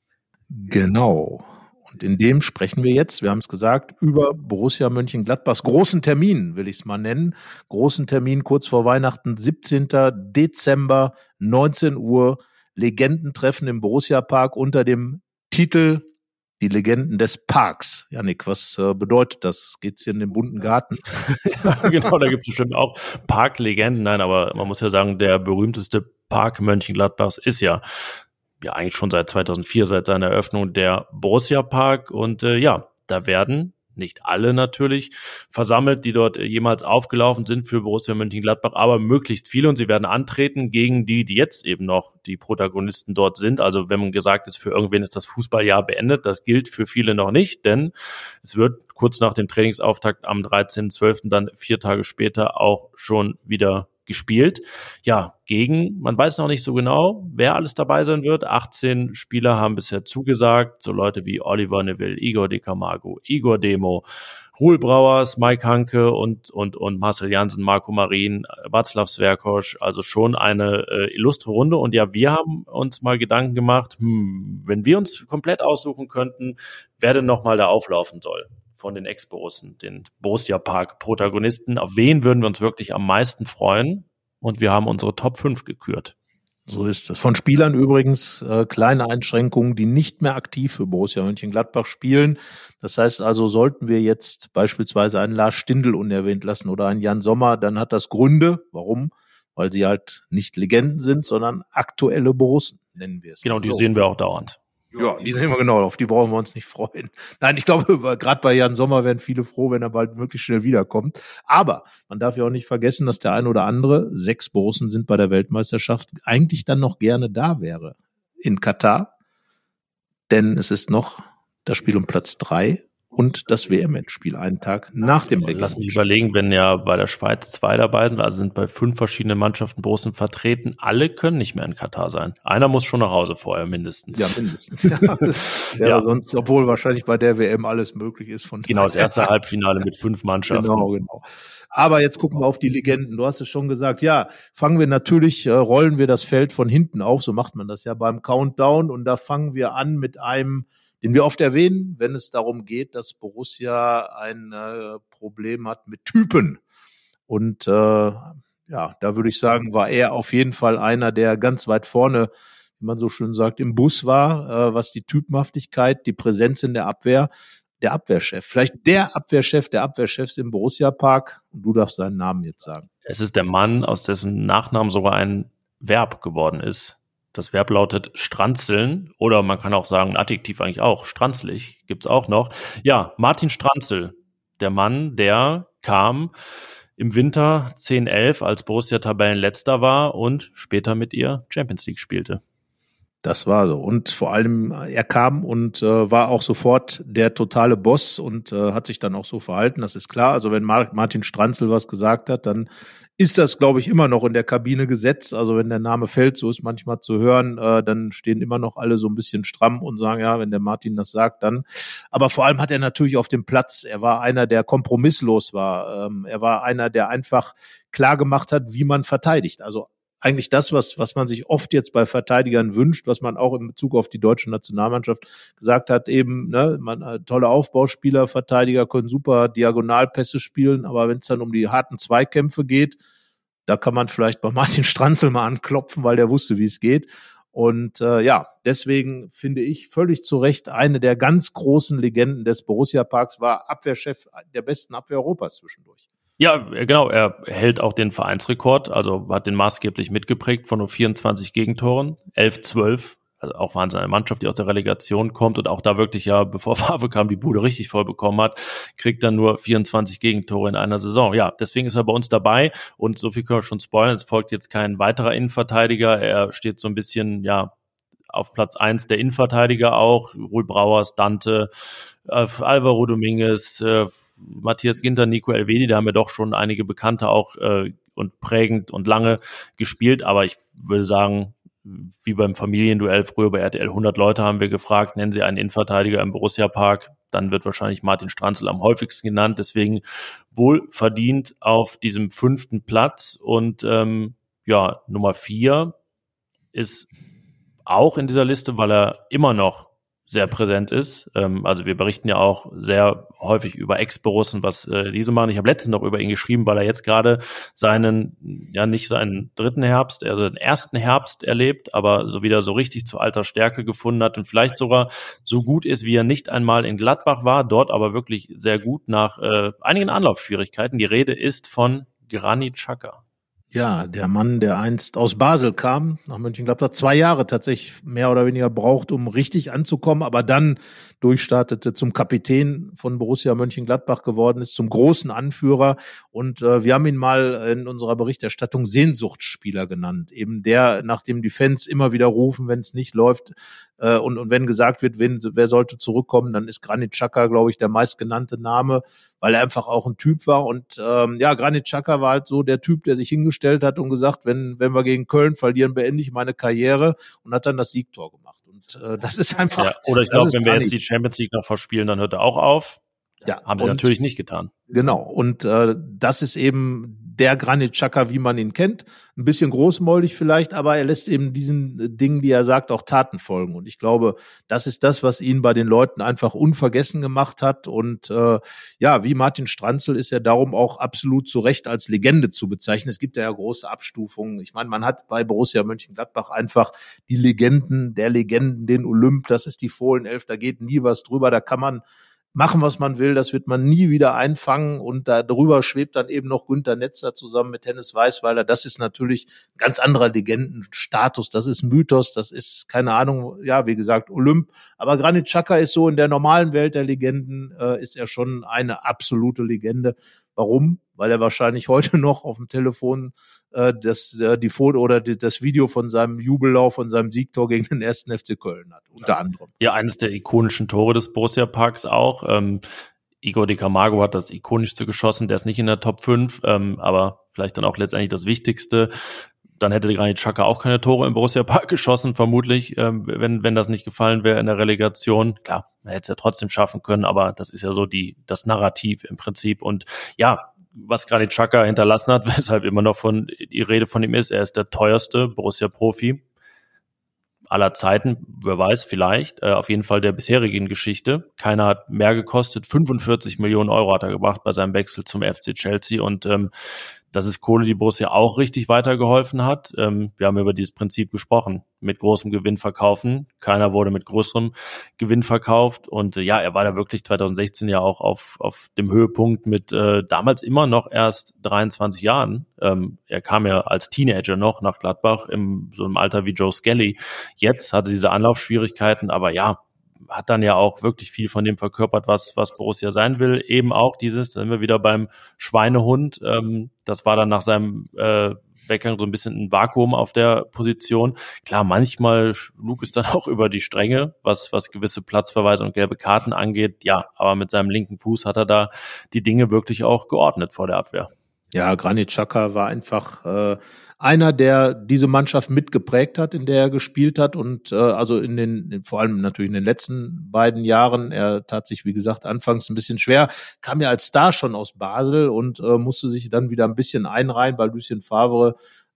Genau. Und in dem sprechen wir jetzt, wir haben es gesagt, über Borussia Mönchengladbachs großen Termin, will ich es mal nennen. Großen Termin kurz vor Weihnachten, 17. Dezember, 19 Uhr, Legendentreffen im Borussia-Park unter dem Titel Die Legenden des Parks. Yannick, was bedeutet das? Geht's hier in den bunten Garten? Ja, genau, da gibt es bestimmt auch Parklegenden. Nein, aber man muss ja sagen, der berühmteste Park Mönchengladbachs ist ja eigentlich schon seit 2004, seit seiner Eröffnung, der Borussia Park. Und da werden nicht alle natürlich versammelt, die dort jemals aufgelaufen sind für Borussia Mönchengladbach, aber möglichst viele, und sie werden antreten gegen die jetzt eben noch die Protagonisten dort sind. Also wenn man gesagt ist, für irgendwen ist das Fußballjahr beendet, das gilt für viele noch nicht, denn es wird kurz nach dem Trainingsauftakt am 13.12. dann 4 Tage später auch schon wieder gespielt. Ja, man weiß noch nicht so genau, wer alles dabei sein wird. 18 Spieler haben bisher zugesagt, so Leute wie Oliver Neville, Igor de Camargo, Igor Demo, Ruhl Brauers, Mike Hanke und Marcel Jansen, Marco Marin, Václav Sverkosch, also schon eine illustre Runde. Und ja, wir haben uns mal Gedanken gemacht, wenn wir uns komplett aussuchen könnten, wer denn nochmal da auflaufen soll von den Ex-Borussen, den Borussia-Park-Protagonisten. Auf wen würden wir uns wirklich am meisten freuen? Und wir haben unsere Top 5 gekürt. So ist es. Von Spielern übrigens kleine Einschränkungen, die nicht mehr aktiv für Borussia Mönchengladbach spielen. Das heißt also, sollten wir jetzt beispielsweise einen Lars Stindl unerwähnt lassen oder einen Jan Sommer, dann hat das Gründe. Warum? Weil sie halt nicht Legenden sind, sondern aktuelle Borussen, nennen wir es. Genau, die sehen wir auch dauernd. Ja, die sind immer genau, auf die brauchen wir uns nicht freuen. Nein, ich glaube, gerade bei Jan Sommer wären viele froh, wenn er bald möglichst schnell wiederkommt. Aber man darf ja auch nicht vergessen, dass der ein oder andere, 6 Borussen sind bei der Weltmeisterschaft, eigentlich dann noch gerne da wäre in Katar. Denn es ist noch das Spiel um Platz 3 und das WM-Endspiel einen Tag nach dem Legenden. Lass mich überlegen, wenn ja bei der Schweiz 2 dabei sind, also sind bei 5 verschiedenen Mannschaften Borussen vertreten, alle können nicht mehr in Katar sein. Einer muss schon nach Hause vorher mindestens. Ja, mindestens. Ja, das wäre sonst, obwohl wahrscheinlich bei der WM alles möglich ist. Genau, das erste Halbfinale mit 5 Mannschaften. Genau. Aber jetzt gucken wir auf die Legenden. Du hast es schon gesagt, ja, fangen wir natürlich, rollen wir das Feld von hinten auf, so macht man das ja beim Countdown, und da fangen wir an mit einem, den wir oft erwähnen, wenn es darum geht, dass Borussia ein Problem hat mit Typen. Und da würde ich sagen, war er auf jeden Fall einer, der ganz weit vorne, wie man so schön sagt, im Bus war, was die Typenhaftigkeit, die Präsenz in der Abwehr, der Abwehrchef. Vielleicht der Abwehrchef der Abwehrchefs im Borussia-Park. Und du darfst seinen Namen jetzt sagen. Es ist der Mann, aus dessen Nachnamen sogar ein Verb geworden ist. Das Verb lautet stranzeln, oder man kann auch sagen, ein Adjektiv eigentlich auch, stranzlig, gibt's auch noch. Ja, Martin Stranzl, der Mann, der kam im Winter 10/11, als Borussia Tabellenletzter war und später mit ihr Champions League spielte. Das war so. Und vor allem, er kam und war auch sofort der totale Boss und hat sich dann auch so verhalten, das ist klar. Also wenn Martin Stranzl was gesagt hat, dann ist das, glaube ich, immer noch in der Kabine Gesetz. Also wenn der Name fällt, so ist manchmal zu hören, dann stehen immer noch alle so ein bisschen stramm und sagen, ja, wenn der Martin das sagt, dann. Aber vor allem hat er natürlich auf dem Platz, er war einer, der kompromisslos war. Er war einer, der einfach klar gemacht hat, wie man verteidigt. Also eigentlich das, was man sich oft jetzt bei Verteidigern wünscht, was man auch in Bezug auf die deutsche Nationalmannschaft gesagt hat, eben, ne, tolle Aufbauspieler, Verteidiger können super Diagonalpässe spielen, aber wenn es dann um die harten Zweikämpfe geht, da kann man vielleicht bei Martin Stranzl mal anklopfen, weil der wusste, wie es geht. Und deswegen finde ich völlig zu Recht, eine der ganz großen Legenden des Borussia-Parks, war Abwehrchef der besten Abwehr Europas zwischendurch. Ja, genau, er hält auch den Vereinsrekord, also hat den maßgeblich mitgeprägt von nur 24 Gegentoren, 11/12, also auch Wahnsinn, eine Mannschaft, die aus der Relegation kommt und auch da wirklich ja, bevor Favre kam, die Bude richtig voll bekommen hat, kriegt dann nur 24 Gegentore in einer Saison. Ja, deswegen ist er bei uns dabei und so viel können wir schon spoilern, es folgt jetzt kein weiterer Innenverteidiger, er steht so ein bisschen, ja, auf Platz 1 der Innenverteidiger auch, Ruhl Brauers, Dante, Alvaro Dominguez, Matthias Ginter, Nico Elvedi, da haben wir doch schon einige Bekannte auch und prägend und lange gespielt, aber ich würde sagen, wie beim Familienduell früher bei RTL, 100 Leute haben wir gefragt, nennen Sie einen Innenverteidiger im Borussia-Park, dann wird wahrscheinlich Martin Stranzl am häufigsten genannt, deswegen wohl verdient auf diesem 5. Platz und Nummer 4 ist auch in dieser Liste, weil er immer noch sehr präsent ist. Also wir berichten ja auch sehr häufig über Ex-Borussen, was diese machen. Ich habe letztens noch über ihn geschrieben, weil er jetzt gerade nicht seinen 3. Herbst, also den 1. Herbst erlebt, aber so wieder so richtig zu alter Stärke gefunden hat und vielleicht sogar so gut ist, wie er nicht einmal in Gladbach war, dort aber wirklich sehr gut nach einigen Anlaufschwierigkeiten. Die Rede ist von Granit Xhaka. Ja, der Mann, der einst aus Basel kam, nach Mönchengladbach, 2 Jahre tatsächlich mehr oder weniger braucht, um richtig anzukommen, aber dann durchstartete, zum Kapitän von Borussia Mönchengladbach geworden ist, zum großen Anführer. Und wir haben ihn mal in unserer Berichterstattung Sehnsuchtsspieler genannt. Eben der, nachdem die Fans immer wieder rufen, wenn es nicht läuft, und wenn gesagt wird, wer sollte zurückkommen, dann ist Granit Xhaka, glaube ich, der meistgenannte Name, weil er einfach auch ein Typ war. Und Granit Xhaka war halt so der Typ, der sich hingestellt hat und gesagt, wenn wir gegen Köln verlieren, beende ich meine Karriere, und hat dann das Siegtor gemacht. Und das ist einfach. Ja, oder ich glaube, wenn wir jetzt die Champions League noch verspielen, dann hört er auch auf. Ja, haben sie natürlich nicht getan. Genau. Und das ist eben der Granit Xhaka, wie man ihn kennt. Ein bisschen großmäulig vielleicht, aber er lässt eben diesen Dingen, die er sagt, auch Taten folgen. Und ich glaube, das ist das, was ihn bei den Leuten einfach unvergessen gemacht hat. Und wie Martin Stranzl ist er darum auch absolut zu Recht als Legende zu bezeichnen. Es gibt ja große Abstufungen. Ich meine, man hat bei Borussia Mönchengladbach einfach die Legenden der Legenden, den Olymp, das ist die Fohlenelf, da geht nie was drüber. Da kann man machen, was man will, das wird man nie wieder einfangen und darüber schwebt dann eben noch Günter Netzer zusammen mit Hennes Weißweiler. Das ist natürlich ein ganz anderer Legendenstatus, das ist Mythos, das ist, keine Ahnung, ja, wie gesagt, Olymp, aber Granit Xhaka ist so in der normalen Welt der Legenden, ist er schon eine absolute Legende. Warum? Weil er wahrscheinlich heute noch auf dem Telefon das Video von seinem Jubellauf, von seinem Siegtor gegen den 1. FC Köln hat, unter anderem. Ja, eines der ikonischen Tore des Borussia-Parks auch. Igor de Camargo hat das ikonischste geschossen, der ist nicht in der Top 5, aber vielleicht dann auch letztendlich das Wichtigste. Dann hätte Granit Xhaka auch keine Tore im Borussia-Park geschossen, vermutlich, wenn das nicht gefallen wäre in der Relegation. Klar, man hätte es ja trotzdem schaffen können, aber das ist ja so das Narrativ im Prinzip. Und ja, was Granit Xhaka hinterlassen hat, weshalb immer noch die Rede von ihm ist, er ist der teuerste Borussia-Profi aller Zeiten, wer weiß, vielleicht, auf jeden Fall der bisherigen Geschichte. Keiner hat mehr gekostet, 45 Millionen Euro hat er gebracht bei seinem Wechsel zum FC Chelsea und das ist Kohle, die Borussia auch richtig weitergeholfen hat. Wir haben über dieses Prinzip gesprochen, mit großem Gewinn verkaufen. Keiner wurde mit größerem Gewinn verkauft und ja, er war da wirklich 2016 ja auch auf dem Höhepunkt mit damals immer noch erst 23 Jahren. Er kam ja als Teenager noch nach Gladbach in so einem Alter wie Joe Skelly. Jetzt hatte diese Anlaufschwierigkeiten, aber ja, hat dann ja auch wirklich viel von dem verkörpert, was Borussia sein will. Eben auch da sind wir wieder beim Schweinehund. Das war dann nach seinem Weggang so ein bisschen ein Vakuum auf der Position. Klar, manchmal schlug es dann auch über die Stränge, was gewisse Platzverweise und gelbe Karten angeht. Ja, aber mit seinem linken Fuß hat er da die Dinge wirklich auch geordnet vor der Abwehr. Ja, Granit Xhaka war einfach einer, der diese Mannschaft mitgeprägt hat, in der er gespielt hat und also vor allem natürlich in den letzten beiden Jahren. Er tat sich, wie gesagt, anfangs ein bisschen schwer, kam ja als Star schon aus Basel und musste sich dann wieder ein bisschen einreihen, weil Lucien Favre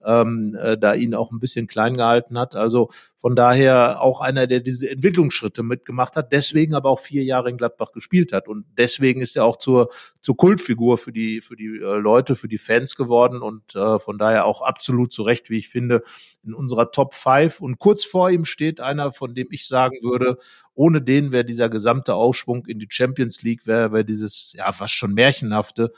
da ihn auch ein bisschen klein gehalten hat. Also von daher auch einer, der diese Entwicklungsschritte mitgemacht hat, deswegen aber auch 4 Jahre in Gladbach gespielt hat. Und deswegen ist er auch zur Kultfigur für die Leute, für die Fans geworden und von daher auch absolut zu Recht, wie ich finde, in unserer Top 5. Und kurz vor ihm steht einer, von dem ich sagen würde, ohne den wäre dieser gesamte Aufschwung in die Champions League, wäre dieses ja fast schon märchenhafte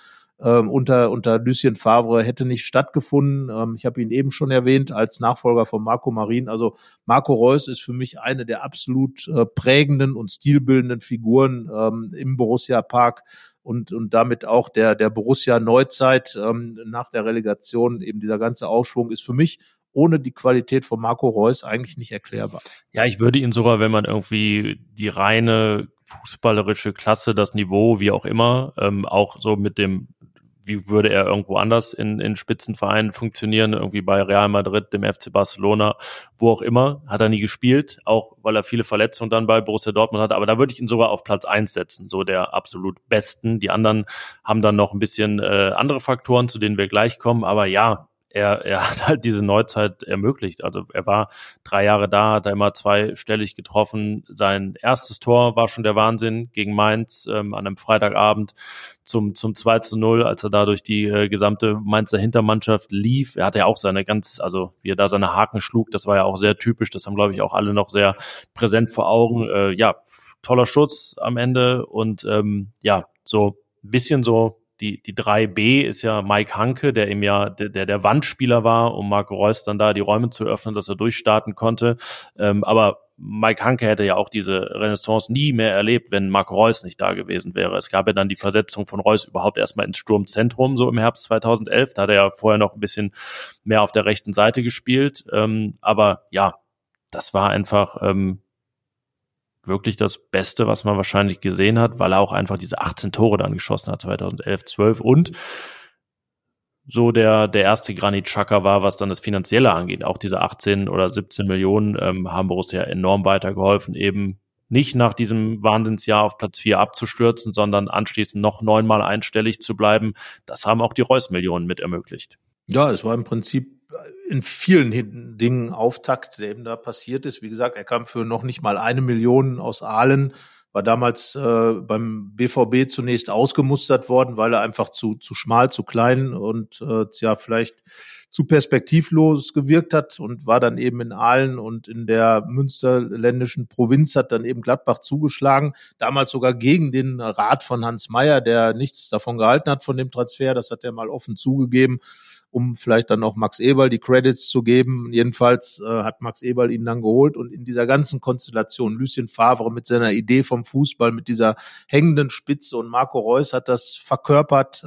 unter Lucien Favre hätte nicht stattgefunden. Ich habe ihn eben schon erwähnt als Nachfolger von Marco Marin. Also Marco Reus ist für mich eine der absolut prägenden und stilbildenden Figuren im Borussia Park und damit auch der Borussia Neuzeit nach der Relegation. Eben dieser ganze Aufschwung ist für mich ohne die Qualität von Marco Reus eigentlich nicht erklärbar. Ja, ich würde ihn sogar, wenn man irgendwie die reine fußballerische Klasse, das Niveau, wie auch immer, auch so mit dem, wie würde er irgendwo anders in Spitzenvereinen funktionieren, irgendwie bei Real Madrid, dem FC Barcelona, wo auch immer, hat er nie gespielt, auch weil er viele Verletzungen dann bei Borussia Dortmund hatte, aber da würde ich ihn sogar auf Platz 1 setzen, so der absolut Besten. Die anderen haben dann noch ein bisschen andere Faktoren, zu denen wir gleich kommen, aber ja, er hat halt diese Neuzeit ermöglicht. Also er war 3 Jahre da, hat er immer zweistellig getroffen. Sein erstes Tor war schon der Wahnsinn gegen Mainz an einem Freitagabend zum 2:0, als er da durch die gesamte Mainzer Hintermannschaft lief. Er hatte ja auch wie er da seine Haken schlug, das war ja auch sehr typisch. Das haben, glaube ich, auch alle noch sehr präsent vor Augen. Ja, toller Schutz am Ende und ja, so ein bisschen so. Die 3B ist ja Mike Hanke, der ihm ja der Wandspieler war, um Marco Reus dann da die Räume zu öffnen, dass er durchstarten konnte. Aber Mike Hanke hätte ja auch diese Renaissance nie mehr erlebt, wenn Marco Reus nicht da gewesen wäre. Es gab ja dann die Versetzung von Reus überhaupt erstmal ins Sturmzentrum, so im Herbst 2011. Da hat er ja vorher noch ein bisschen mehr auf der rechten Seite gespielt. Aber ja, das war einfach wirklich das Beste, was man wahrscheinlich gesehen hat, weil er auch einfach diese 18 Tore dann geschossen hat, 2011, 12 und so der erste Granit Xhaka war, was dann das Finanzielle angeht. Auch diese 18 oder 17 Millionen haben Borussia enorm weitergeholfen, eben nicht nach diesem Wahnsinnsjahr auf Platz 4 abzustürzen, sondern anschließend noch 9-mal einstellig zu bleiben. Das haben auch die Reus-Millionen mit ermöglicht. Ja, es war im Prinzip in vielen Dingen Auftakt, der eben da passiert ist. Wie gesagt, er kam für noch nicht mal 1 Million aus Aalen, war damals beim BVB zunächst ausgemustert worden, weil er einfach zu schmal, zu klein und vielleicht zu perspektivlos gewirkt hat und war dann eben in Aalen und in der münsterländischen Provinz, hat dann eben Gladbach zugeschlagen, damals sogar gegen den Rat von Hans Meyer, der nichts davon gehalten hat von dem Transfer, das hat er mal offen zugegeben, um vielleicht dann auch Max Eberl die Credits zu geben. Jedenfalls hat Max Eberl ihn dann geholt und in dieser ganzen Konstellation, Lucien Favre mit seiner Idee vom Fußball, mit dieser hängenden Spitze und Marco Reus hat das verkörpert,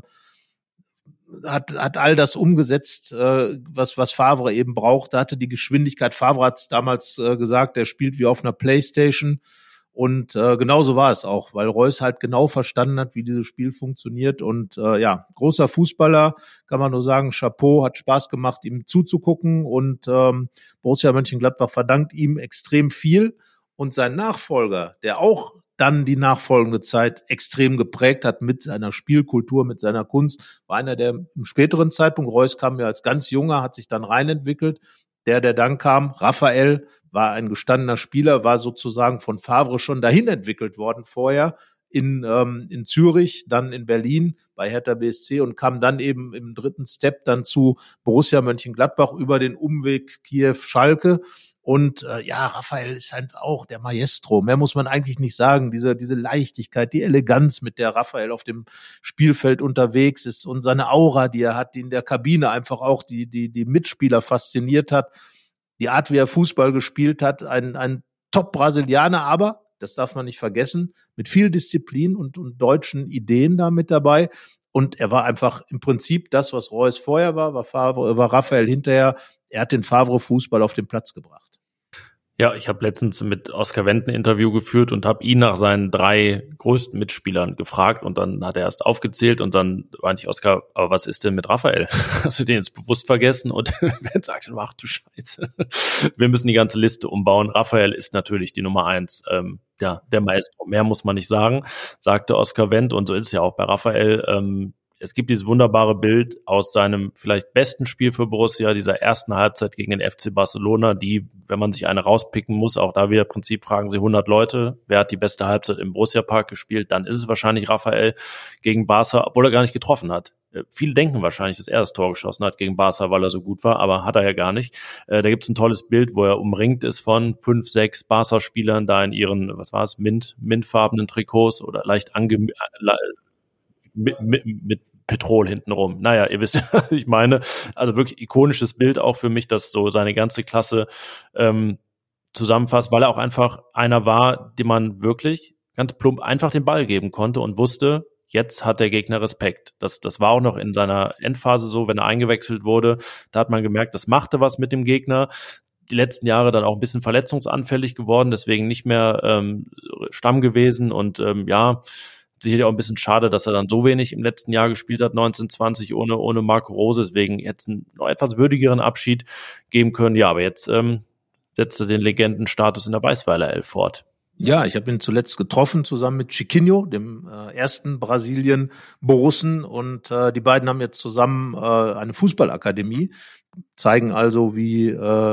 hat all das umgesetzt, was Favre eben braucht. Da hatte die Geschwindigkeit. Favre hat damals gesagt, er spielt wie auf einer Playstation. Und genauso war es auch, weil Reus halt genau verstanden hat, wie dieses Spiel funktioniert. Und großer Fußballer, kann man nur sagen, Chapeau, hat Spaß gemacht, ihm zuzugucken. Und Borussia Mönchengladbach verdankt ihm extrem viel. Und sein Nachfolger, der auch dann die nachfolgende Zeit extrem geprägt hat mit seiner Spielkultur, mit seiner Kunst, war einer, der im späteren Zeitpunkt, Reus kam ja als ganz Junger, hat sich dann reinentwickelt. Der dann kam, Raphael, war ein gestandener Spieler, war sozusagen von Favre schon dahin entwickelt worden vorher in Zürich, dann in Berlin bei Hertha BSC und kam dann eben im dritten Step dann zu Borussia Mönchengladbach über den Umweg Kiew-Schalke. Und Raphael ist halt auch der Maestro. Mehr muss man eigentlich nicht sagen. Diese Leichtigkeit, die Eleganz, mit der Raphael auf dem Spielfeld unterwegs ist und seine Aura, die er hat, die in der Kabine einfach auch die Mitspieler fasziniert hat. Die Art, wie er Fußball gespielt hat, ein Top-Brasilianer, aber, das darf man nicht vergessen, mit viel Disziplin und deutschen Ideen da mit dabei. Und er war einfach im Prinzip das, was Reus vorher war Raphael hinterher. Er hat den Favre-Fußball auf den Platz gebracht. Ja, ich habe letztens mit Oskar Wendt ein Interview geführt und habe ihn nach seinen 3 größten Mitspielern gefragt und dann hat er erst aufgezählt und dann meinte ich, Oskar, aber was ist denn mit Raphael? Hast du den jetzt bewusst vergessen? Und Wendt sagte, ach du Scheiße, wir müssen die ganze Liste umbauen. Raphael ist natürlich die Nummer 1, der Maestro. Mehr muss man nicht sagen, sagte Oskar Wendt und so ist es ja auch bei Raphael. Es gibt dieses wunderbare Bild aus seinem vielleicht besten Spiel für Borussia, dieser ersten Halbzeit gegen den FC Barcelona, die, wenn man sich eine rauspicken muss, auch da wieder Prinzip, fragen Sie 100 Leute, wer hat die beste Halbzeit im Borussia-Park gespielt, dann ist es wahrscheinlich Raphael gegen Barca, obwohl er gar nicht getroffen hat. Viele denken wahrscheinlich, dass er das Tor geschossen hat gegen Barca, weil er so gut war, aber hat er ja gar nicht. Da gibt's ein tolles Bild, wo er umringt ist von 5, 6 Barca-Spielern da in ihren, mintfarbenen Trikots oder leicht mit Petrol hintenrum. Naja, ihr wisst ja, was ich meine. Also wirklich ikonisches Bild auch für mich, das so seine ganze Klasse zusammenfasst, weil er auch einfach einer war, dem man wirklich ganz plump einfach den Ball geben konnte und wusste, jetzt hat der Gegner Respekt. Das war auch noch in seiner Endphase so, wenn er eingewechselt wurde. Da hat man gemerkt, das machte was mit dem Gegner. Die letzten Jahre dann auch ein bisschen verletzungsanfällig geworden, deswegen nicht mehr Stamm gewesen und sicherlich auch ein bisschen schade, dass er dann so wenig im letzten Jahr gespielt hat, 1920, ohne Marco Rose, deswegen jetzt einen noch etwas würdigeren Abschied geben können. Ja, aber jetzt setzt er den Legendenstatus in der Weißweiler Elf fort. Ja, ich habe ihn zuletzt getroffen, zusammen mit Chiquinho, dem ersten Brasilien-Borussen. Und die beiden haben jetzt zusammen eine Fußballakademie, zeigen also, wie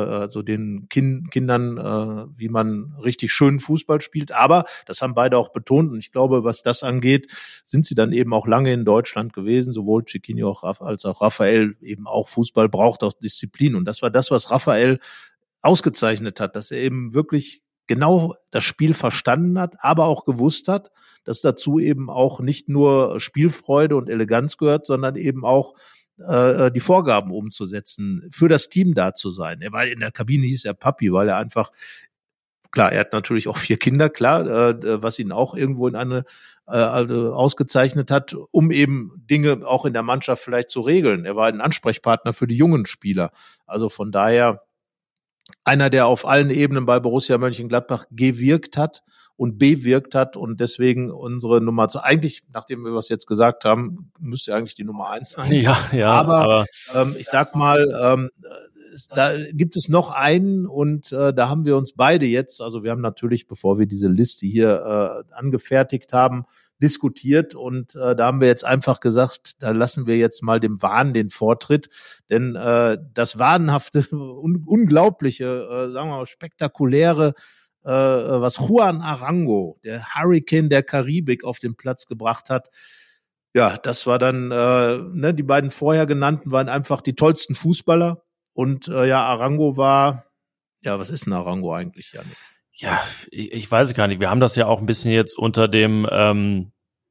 den Kindern, wie man richtig schön Fußball spielt. Aber das haben beide auch betont. Und ich glaube, was das angeht, sind sie dann eben auch lange in Deutschland gewesen. Sowohl Chiquinho als auch Raphael eben auch. Fußball braucht auch Disziplin. Und das war das, was Raphael ausgezeichnet hat, dass er eben wirklich genau das Spiel verstanden hat, aber auch gewusst hat, dass dazu eben auch nicht nur Spielfreude und Eleganz gehört, sondern eben auch die Vorgaben umzusetzen, für das Team da zu sein. Er war in der Kabine, hieß er Papi, weil er einfach, klar, er hat natürlich auch 4 Kinder, klar, was ihn auch irgendwo in eine ausgezeichnet hat, um eben Dinge auch in der Mannschaft vielleicht zu regeln. Er war ein Ansprechpartner für die jungen Spieler. Also von daher einer, der auf allen Ebenen bei Borussia Mönchengladbach gewirkt hat und bewirkt hat und deswegen unsere Nummer 2, eigentlich, nachdem wir was jetzt gesagt haben, müsste eigentlich die Nummer 1 sein. Ja, aber ich sag mal, da gibt es noch einen und da haben wir uns beide jetzt, also wir haben natürlich, bevor wir diese Liste hier angefertigt haben, diskutiert und da haben wir jetzt einfach gesagt, da lassen wir jetzt mal dem Wahn den Vortritt, denn das wahnhafte, unglaubliche, sagen wir mal, spektakuläre was Juan Arango, der Hurricane der Karibik, auf den Platz gebracht hat. Ja, das war dann, die beiden vorher genannten waren einfach die tollsten Fußballer. Und Arango war, was ist ein Arango eigentlich, Janik? Ja, ich weiß es gar nicht. Wir haben das ja auch ein bisschen jetzt unter dem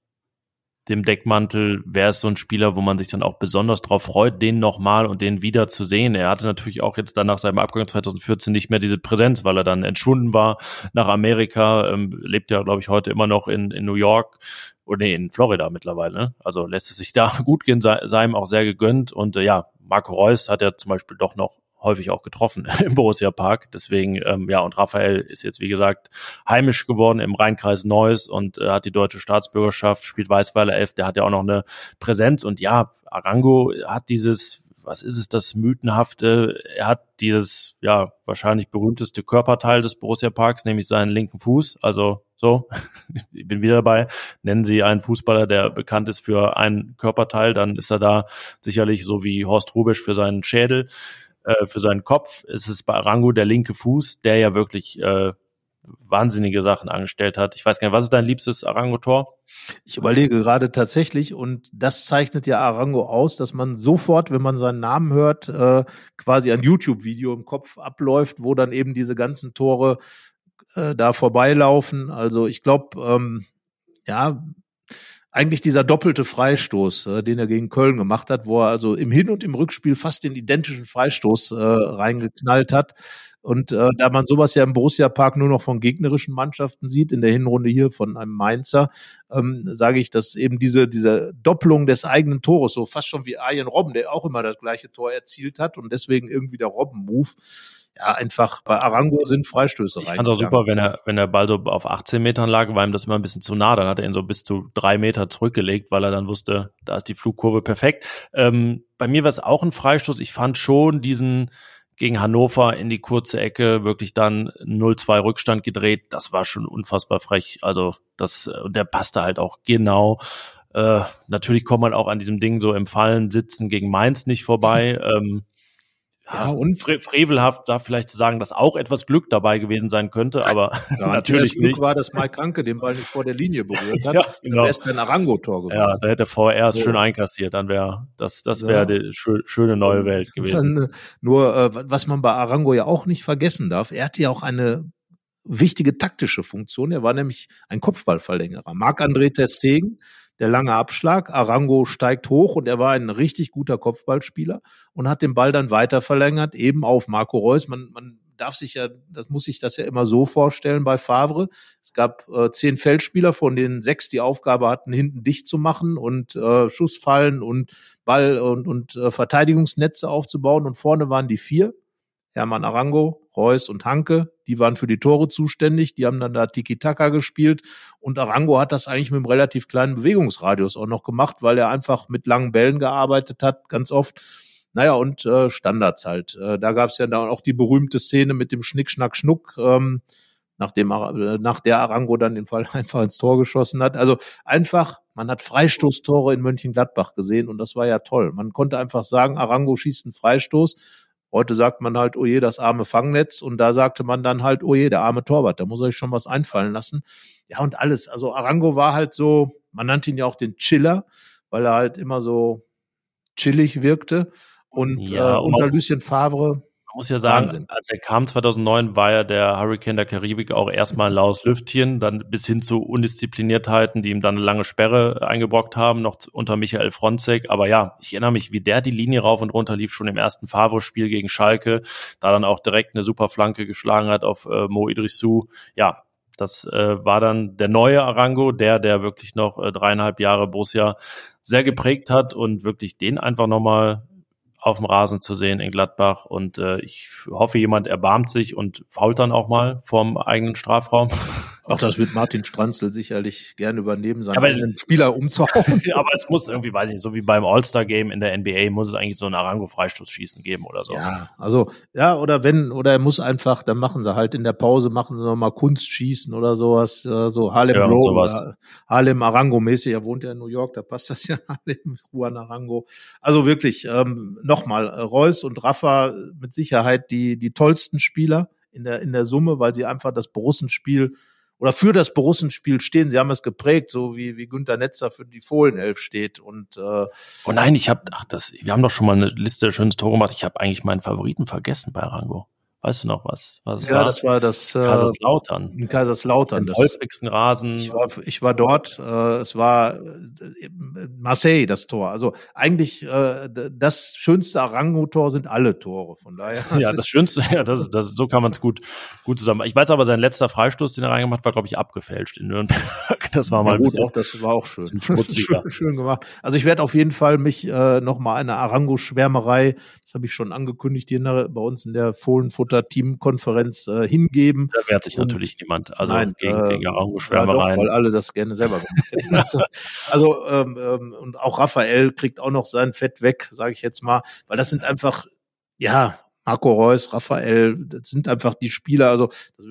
Deckmantel, wer ist so ein Spieler, wo man sich dann auch besonders drauf freut, den nochmal und den wieder zu sehen. Er hatte natürlich auch jetzt dann nach seinem Abgang 2014 nicht mehr diese Präsenz, weil er dann entschwunden war nach Amerika, lebt ja, glaube ich, heute immer noch in New York oder in Florida mittlerweile. Ne? Also lässt es sich da gut gehen, sei ihm auch sehr gegönnt. Und Marco Reus hat ja zum Beispiel doch noch häufig auch getroffen im Borussia Park. Deswegen, und Raphael ist jetzt, wie gesagt, heimisch geworden im Rheinkreis Neuss und hat die deutsche Staatsbürgerschaft, spielt Weißweiler 11, der hat ja auch noch eine Präsenz. Und Arango hat dieses, was ist es, das Mythenhafte, er hat dieses, wahrscheinlich berühmteste Körperteil des Borussia Parks, nämlich seinen linken Fuß. Also so, ich bin wieder dabei. Nennen Sie einen Fußballer, der bekannt ist für ein Körperteil, dann ist er da sicherlich so wie Horst Hrubesch für seinen Schädel. Für seinen Kopf ist es bei Arango der linke Fuß, der ja wirklich wahnsinnige Sachen angestellt hat. Ich weiß gar nicht, was ist dein liebstes Arango-Tor? Ich überlege gerade tatsächlich, und das zeichnet ja Arango aus, dass man sofort, wenn man seinen Namen hört, quasi ein YouTube-Video im Kopf abläuft, wo dann eben diese ganzen Tore da vorbeilaufen. Also ich glaube, eigentlich dieser doppelte Freistoß, den er gegen Köln gemacht hat, wo er also im Hin- und im Rückspiel fast den identischen Freistoß reingeknallt hat. Und da man sowas ja im Borussia Park nur noch von gegnerischen Mannschaften sieht, in der Hinrunde hier von einem Mainzer, sage ich, dass eben diese Doppelung des eigenen Tores, so fast schon wie Arjen Robben, der auch immer das gleiche Tor erzielt hat und deswegen irgendwie der Robben-Move, einfach bei Arango sind Freistöße reingegangen. Ich fand es auch super, wenn der Ball so auf 18 Metern lag, war ihm das immer ein bisschen zu nah, dann hat er ihn so bis zu 3 Meter zurückgelegt, weil er dann wusste, da ist die Flugkurve perfekt. Bei mir war es auch ein Freistoß, ich fand schon diesen gegen Hannover in die kurze Ecke wirklich dann 0-2 Rückstand gedreht, das war schon unfassbar frech, also der passte halt auch genau. Natürlich kommt man auch an diesem Ding so im Fallen sitzen gegen Mainz nicht vorbei, und frevelhaft da vielleicht zu sagen, dass auch etwas Glück dabei gewesen sein könnte, aber natürlich Glück nicht. War, dass Mike Hanke den Ball nicht vor der Linie berührt hat. Dann wäre es kein Arango-Tor gewesen. Ja, da hätte er vorher erst schön einkassiert, dann wäre das wäre die schöne neue Welt gewesen. Dann, was man bei Arango ja auch nicht vergessen darf, er hatte ja auch eine wichtige taktische Funktion. Er war nämlich ein Kopfballverlängerer. Marc-André ter Stegen, der lange Abschlag, Arango steigt hoch und er war ein richtig guter Kopfballspieler und hat den Ball dann weiter verlängert, eben auf Marco Reus. Man darf sich muss sich das ja immer so vorstellen bei Favre. Es gab 10 Feldspieler, von denen 6 die Aufgabe hatten, hinten dicht zu machen und Schussfallen und Ball und Verteidigungsnetze aufzubauen und vorne waren die 4. Hermann Arango, Reus und Hanke, die waren für die Tore zuständig, die haben dann da Tiki-Taka gespielt und Arango hat das eigentlich mit einem relativ kleinen Bewegungsradius auch noch gemacht, weil er einfach mit langen Bällen gearbeitet hat, ganz oft. Und Standards halt. Da gab es ja dann auch die berühmte Szene mit dem Schnick, Schnack, Schnuck, nach der Arango dann den Fall einfach ins Tor geschossen hat. Also einfach, man hat Freistoßtore in Mönchengladbach gesehen und das war ja toll. Man konnte einfach sagen, Arango schießt einen Freistoß. Heute sagt man halt, oh je, das arme Fangnetz. Und da sagte man dann halt, oh je, der arme Torwart, da muss er sich schon was einfallen lassen. Ja, und alles. Also Arango war halt so, man nannte ihn ja auch den Chiller, weil er halt immer so chillig wirkte. Und unter Lucien Favre, man muss ja sagen, Wahnsinn. Als er kam 2009, war ja der Hurricane der Karibik auch erstmal ein laues Lüftchen, dann bis hin zu Undiszipliniertheiten, die ihm dann eine lange Sperre eingebrockt haben, noch unter Michael Fronzek. Aber ja, ich erinnere mich, wie der die Linie rauf und runter lief, schon im ersten Favre-Spiel gegen Schalke, da dann auch direkt eine super Flanke geschlagen hat auf Mo Idrissou. Ja, das war dann der neue Arango, der wirklich noch 3,5 Jahre Borussia sehr geprägt hat und wirklich den einfach nochmal auf dem Rasen zu sehen in Gladbach und ich hoffe, jemand erbarmt sich und fault dann auch mal vorm eigenen Strafraum. Auch das wird Martin Stranzl sicherlich gerne übernehmen, seinen eigenen Spieler umzuhauen. Aber es muss irgendwie, weiß ich nicht, so wie beim All-Star-Game in der NBA muss es eigentlich so ein Arango-Freistoßschießen geben oder so. Ja, also, oder er muss einfach, dann machen sie halt in der Pause, machen sie nochmal Kunstschießen oder sowas, so Harlem Arango-mäßig, er wohnt ja in New York, da passt das ja Harlem, Juan Arango. Also wirklich, nochmal, Reus und Rafa mit Sicherheit die tollsten Spieler in der Summe, weil sie einfach das Borussenspiel oder für das Borussenspiel stehen. Sie haben es geprägt, so wie Günter Netzer für die Fohlenelf steht. Und oh nein, wir haben doch schon mal eine Liste der schönsten Tore gemacht. Ich habe eigentlich meinen Favoriten vergessen bei Arango. Weißt du noch was? Ja, das war das Kaiserslautern. In Kaiserslautern. Den häufigsten Rasen. Ich war dort. Es war Marseille das Tor. Also eigentlich das schönste Arango-Tor sind alle Tore. Von daher. Ja, das Schönste. Ja, so kann man es gut zusammen. Ich weiß aber, sein letzter Freistoß, den er reingemacht hat, war, glaube ich, abgefälscht in Nürnberg. Das war mal ein bisschen. Das war auch schön. Schmutziger. Schön gemacht. Also ich werde auf jeden Fall mich noch mal eine Arango-Schwärmerei, das habe ich schon angekündigt hier bei uns in der Fohlenfutter-Teamkonferenz hingeben. Da wehrt sich natürlich niemand. Also nein, gegen Arango-Schwärmereien. Ja, weil alle das gerne selber machen. Also und auch Raphael kriegt auch noch sein Fett weg, sage ich jetzt mal, weil das sind einfach, ja, Marco Reus, Raphael, das sind einfach die Spieler, also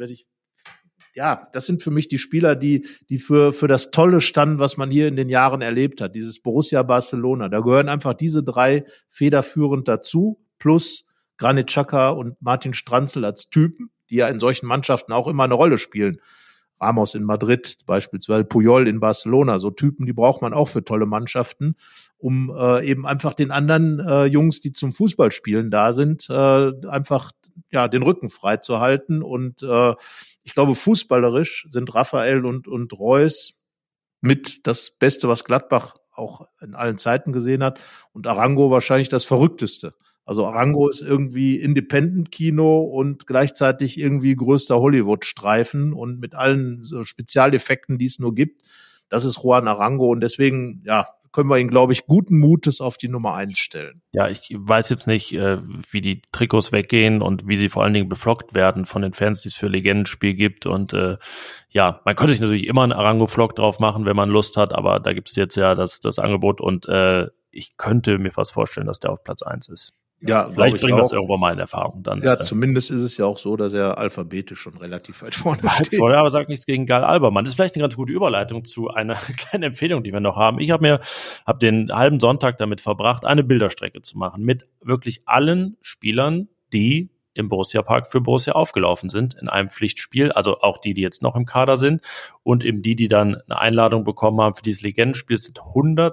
das sind für mich die Spieler, die für das Tolle standen, was man hier in den Jahren erlebt hat. Dieses Borussia Barcelona, da gehören einfach diese drei federführend dazu, plus Granit Xhaka und Martin Stranzl als Typen, die ja in solchen Mannschaften auch immer eine Rolle spielen. Ramos in Madrid, beispielsweise Puyol in Barcelona, so Typen, die braucht man auch für tolle Mannschaften, um eben einfach den anderen Jungs, die zum Fußballspielen da sind, einfach den Rücken frei zu halten. Und ich glaube, fußballerisch sind Raphael und Reus mit das Beste, was Gladbach auch in allen Zeiten gesehen hat, und Arango wahrscheinlich das Verrückteste. Also Arango ist irgendwie Independent-Kino und gleichzeitig irgendwie größter Hollywood-Streifen und mit allen so Spezialeffekten, die es nur gibt. Das ist Juan Arango und deswegen, können wir ihn, glaube ich, guten Mutes auf die Nummer 1 stellen. Ja, ich weiß jetzt nicht, wie die Trikots weggehen und wie sie vor allen Dingen beflockt werden von den Fans, die es für Legendenspiel gibt. Und man könnte sich natürlich immer einen Arango-Flock drauf machen, wenn man Lust hat, aber da gibt es jetzt ja das Angebot und ich könnte mir fast vorstellen, dass der auf Platz 1 ist. Ja, vielleicht bringt das irgendwann mal in Erfahrung dann. Ja, zumindest ist es ja auch so, dass er alphabetisch schon relativ weit vorne steht. Aber sagt nichts gegen Gal Albermann. Das ist vielleicht eine ganz gute Überleitung zu einer kleinen Empfehlung, die wir noch haben. Ich habe den halben Sonntag damit verbracht, eine Bilderstrecke zu machen mit wirklich allen Spielern, die im Borussia-Park für Borussia aufgelaufen sind in einem Pflichtspiel, also auch die jetzt noch im Kader sind und eben die dann eine Einladung bekommen haben für dieses Legendenspiel, sind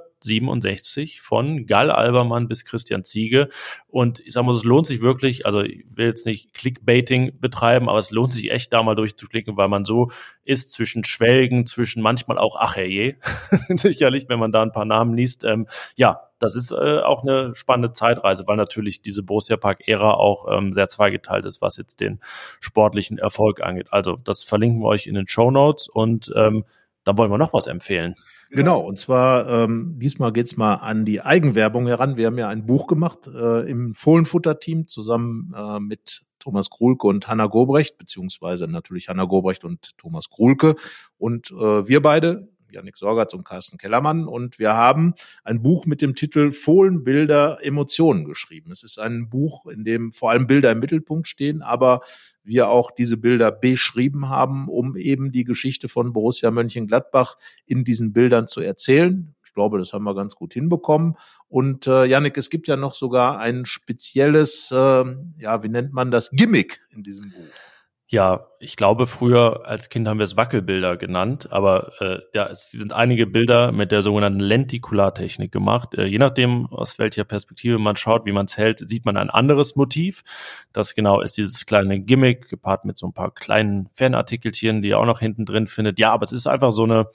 167 von Gal Albermann bis Christian Ziege und ich sag mal, es lohnt sich wirklich, also ich will jetzt nicht Clickbaiting betreiben, aber es lohnt sich echt da mal durchzuklicken, weil man so ist zwischen Schwelgen, zwischen manchmal auch ach herrje, sicherlich, wenn man da ein paar Namen liest, das ist auch eine spannende Zeitreise, weil natürlich diese Borussia-Park-Ära auch sehr zweigeteilt ist, was jetzt den sportlichen Erfolg angeht. Also das verlinken wir euch in den Shownotes und dann wollen wir noch was empfehlen. Genau, und zwar diesmal geht's mal an die Eigenwerbung heran. Wir haben ja ein Buch gemacht im Fohlenfutter-Team zusammen mit Thomas Krulke und Hanna Gobrecht, beziehungsweise natürlich Hanna Gobrecht und Thomas Krulke und wir beide, Jannik Sorgatz und Carsten Kellermann, und wir haben ein Buch mit dem Titel Fohlenbilder, Emotionen geschrieben. Es ist ein Buch, in dem vor allem Bilder im Mittelpunkt stehen, aber wir auch diese Bilder beschrieben haben, um eben die Geschichte von Borussia Mönchengladbach in diesen Bildern zu erzählen. Ich glaube, das haben wir ganz gut hinbekommen. Und Jannik, es gibt ja noch sogar ein spezielles, wie nennt man das, Gimmick in diesem Buch. Ja, ich glaube, früher als Kind haben wir es Wackelbilder genannt, aber es sind einige Bilder mit der sogenannten Lentikulartechnik gemacht. Je nachdem, aus welcher Perspektive man schaut, wie man es hält, sieht man ein anderes Motiv. Das genau ist dieses kleine Gimmick, gepaart mit so ein paar kleinen Fanartikelchen, die ihr auch noch hinten drin findet. Ja, aber es ist einfach so eine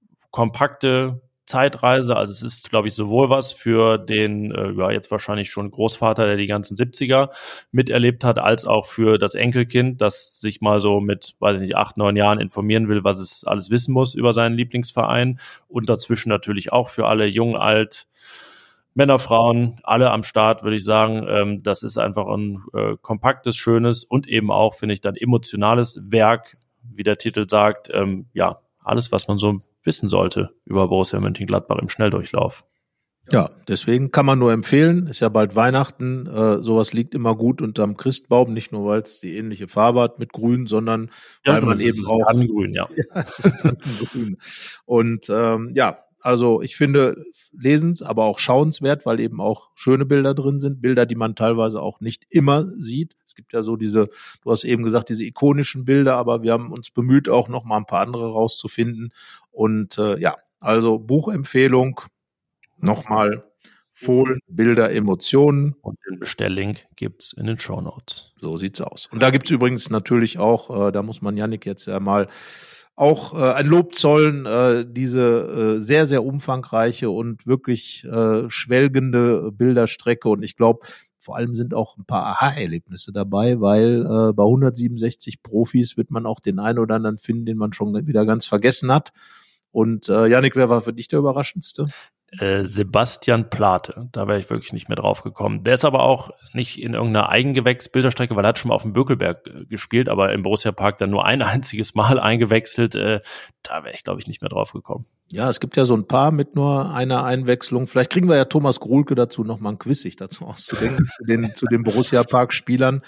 kompakte Zeitreise, also es ist, glaube ich, sowohl was für den, jetzt wahrscheinlich schon Großvater, der die ganzen 70er miterlebt hat, als auch für das Enkelkind, das sich mal so mit, 8, 9 Jahren informieren will, was es alles wissen muss über seinen Lieblingsverein und dazwischen natürlich auch für alle jung, alt, Männer, Frauen, alle am Start, würde ich sagen. Das ist einfach ein kompaktes, schönes und eben auch, finde ich, dann emotionales Werk, wie der Titel sagt, alles, was man so wissen sollte über Borussia Mönchengladbach im Schnelldurchlauf. Ja, deswegen kann man nur empfehlen, ist ja bald Weihnachten, sowas liegt immer gut unterm Christbaum, nicht nur, weil es die ähnliche Farbe hat mit Grün, sondern weil man eben auch... Tannengrün, ja. Ja, es ist Tannengrün. Und also ich finde lesens, aber auch schauenswert, weil eben auch schöne Bilder drin sind, Bilder, die man teilweise auch nicht immer sieht. Es gibt ja so diese, du hast eben gesagt, diese ikonischen Bilder, aber wir haben uns bemüht, auch noch mal ein paar andere rauszufinden. Und also Buchempfehlung, nochmal Fohlen, Bilder, Emotionen. Und den Bestelllink gibt's in den Shownotes. So sieht's aus. Und da gibt's übrigens natürlich auch, da muss man Yannick jetzt ja mal auch ein Lob zollen, diese sehr, sehr umfangreiche und wirklich schwelgende Bilderstrecke. Und ich glaube, vor allem sind auch ein paar Aha-Erlebnisse dabei, weil bei 167 Profis wird man auch den einen oder anderen finden, den man schon wieder ganz vergessen hat. Und Yannick, wer war für dich der Überraschendste? Sebastian Plate, da wäre ich wirklich nicht mehr drauf gekommen. Der ist aber auch nicht in irgendeiner Eigengewächs-Bilderstrecke, weil er hat schon mal auf dem Bökelberg gespielt, aber im Borussia Park dann nur ein einziges Mal eingewechselt. Da wäre ich, glaube ich, nicht mehr drauf gekommen. Ja, es gibt ja so ein paar mit nur einer Einwechslung. Vielleicht kriegen wir ja Thomas Gruhlke dazu, noch mal ein Quiz sich dazu auszudenken, zu den Borussia Park Spielern.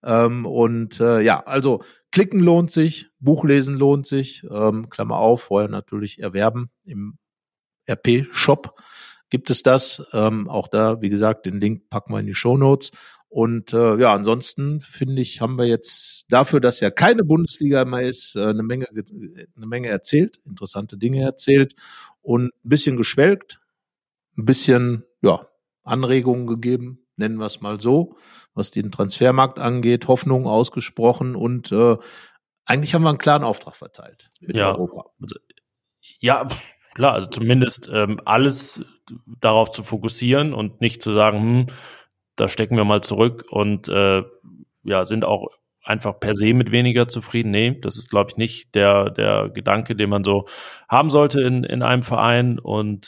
Also klicken lohnt sich, Buchlesen lohnt sich, Klammer auf, vorher natürlich erwerben. Im RP-Shop gibt es das. Auch da, wie gesagt, den Link packen wir in die Shownotes. Und ansonsten finde ich, haben wir jetzt dafür, dass ja keine Bundesliga mehr ist, eine Menge erzählt, interessante Dinge erzählt und ein bisschen geschwelgt, ein bisschen Anregungen gegeben, nennen wir es mal so, was den Transfermarkt angeht, Hoffnungen ausgesprochen und eigentlich haben wir einen klaren Auftrag verteilt mit Europa. Ja, klar, also zumindest alles darauf zu fokussieren und nicht zu sagen, da stecken wir mal zurück und sind auch einfach per se mit weniger zufrieden. Nee, das ist, glaube ich, nicht der Gedanke, den man so haben sollte in einem Verein. Und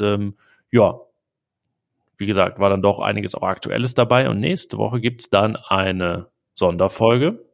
wie gesagt, war dann doch einiges auch Aktuelles dabei. Und nächste Woche gibt's dann eine Sonderfolge,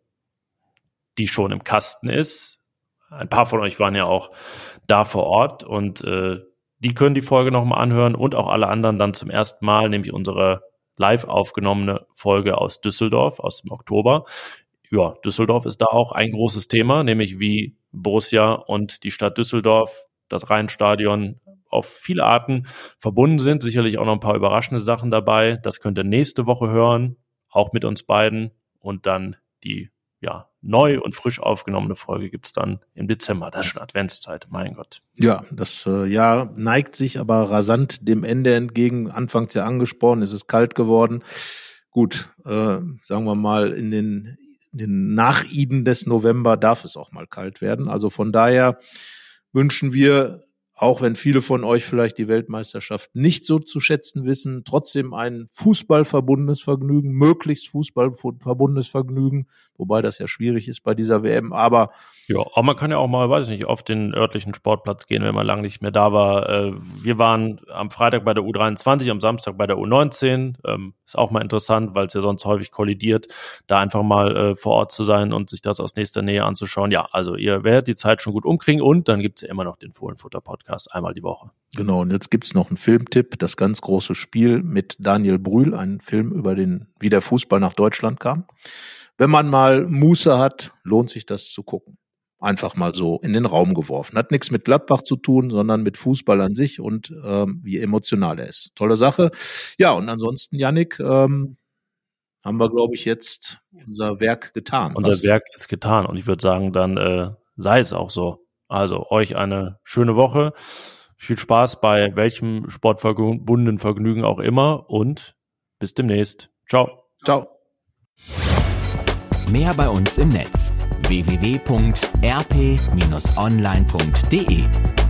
die schon im Kasten ist. Ein paar von euch waren ja auch da vor Ort und die können die Folge nochmal anhören und auch alle anderen dann zum ersten Mal, nämlich unsere live aufgenommene Folge aus Düsseldorf, aus dem Oktober. Ja, Düsseldorf ist da auch ein großes Thema, nämlich wie Borussia und die Stadt Düsseldorf, das Rheinstadion, auf viele Arten verbunden sind. Sicherlich auch noch ein paar überraschende Sachen dabei. Das könnt ihr nächste Woche hören, auch mit uns beiden. Und dann die neu und frisch aufgenommene Folge gibt's dann im Dezember. Das ist schon Adventszeit, mein Gott. Ja, das Jahr neigt sich aber rasant dem Ende entgegen. Anfangs ja angesprochen, es ist kalt geworden. Gut, sagen wir mal, in den Nachiden des November darf es auch mal kalt werden. Also von daher wünschen wir, auch wenn viele von euch vielleicht die Weltmeisterschaft nicht so zu schätzen wissen, trotzdem ein fußballverbundenes Vergnügen, möglichst fußballverbundenes Vergnügen, wobei das ja schwierig ist bei dieser WM, aber man kann ja auch mal, weiß ich nicht, auf den örtlichen Sportplatz gehen, wenn man lange nicht mehr da war. Wir waren am Freitag bei der U23, am Samstag bei der U19. Ist auch mal interessant, weil es ja sonst häufig kollidiert, da einfach mal vor Ort zu sein und sich das aus nächster Nähe anzuschauen. Ja, also ihr werdet die Zeit schon gut umkriegen und dann gibt's ja immer noch den Fohlenfutter-Podcast einmal die Woche. Genau, und jetzt gibt's noch einen Filmtipp, das ganz große Spiel mit Daniel Brühl, ein Film über wie der Fußball nach Deutschland kam. Wenn man mal Muße hat, lohnt sich das zu gucken. Einfach mal so in den Raum geworfen. Hat nichts mit Gladbach zu tun, sondern mit Fußball an sich und wie emotional er ist. Tolle Sache. Ja, und ansonsten, Yannick, haben wir, glaube ich, jetzt unser Werk getan. Unser Werk ist getan und ich würde sagen, dann sei es auch so. Also euch eine schöne Woche. Viel Spaß bei welchem sportverbundenen Vergnügen auch immer und bis demnächst. Ciao. Ciao. Mehr bei uns im Netz: www.rp-online.de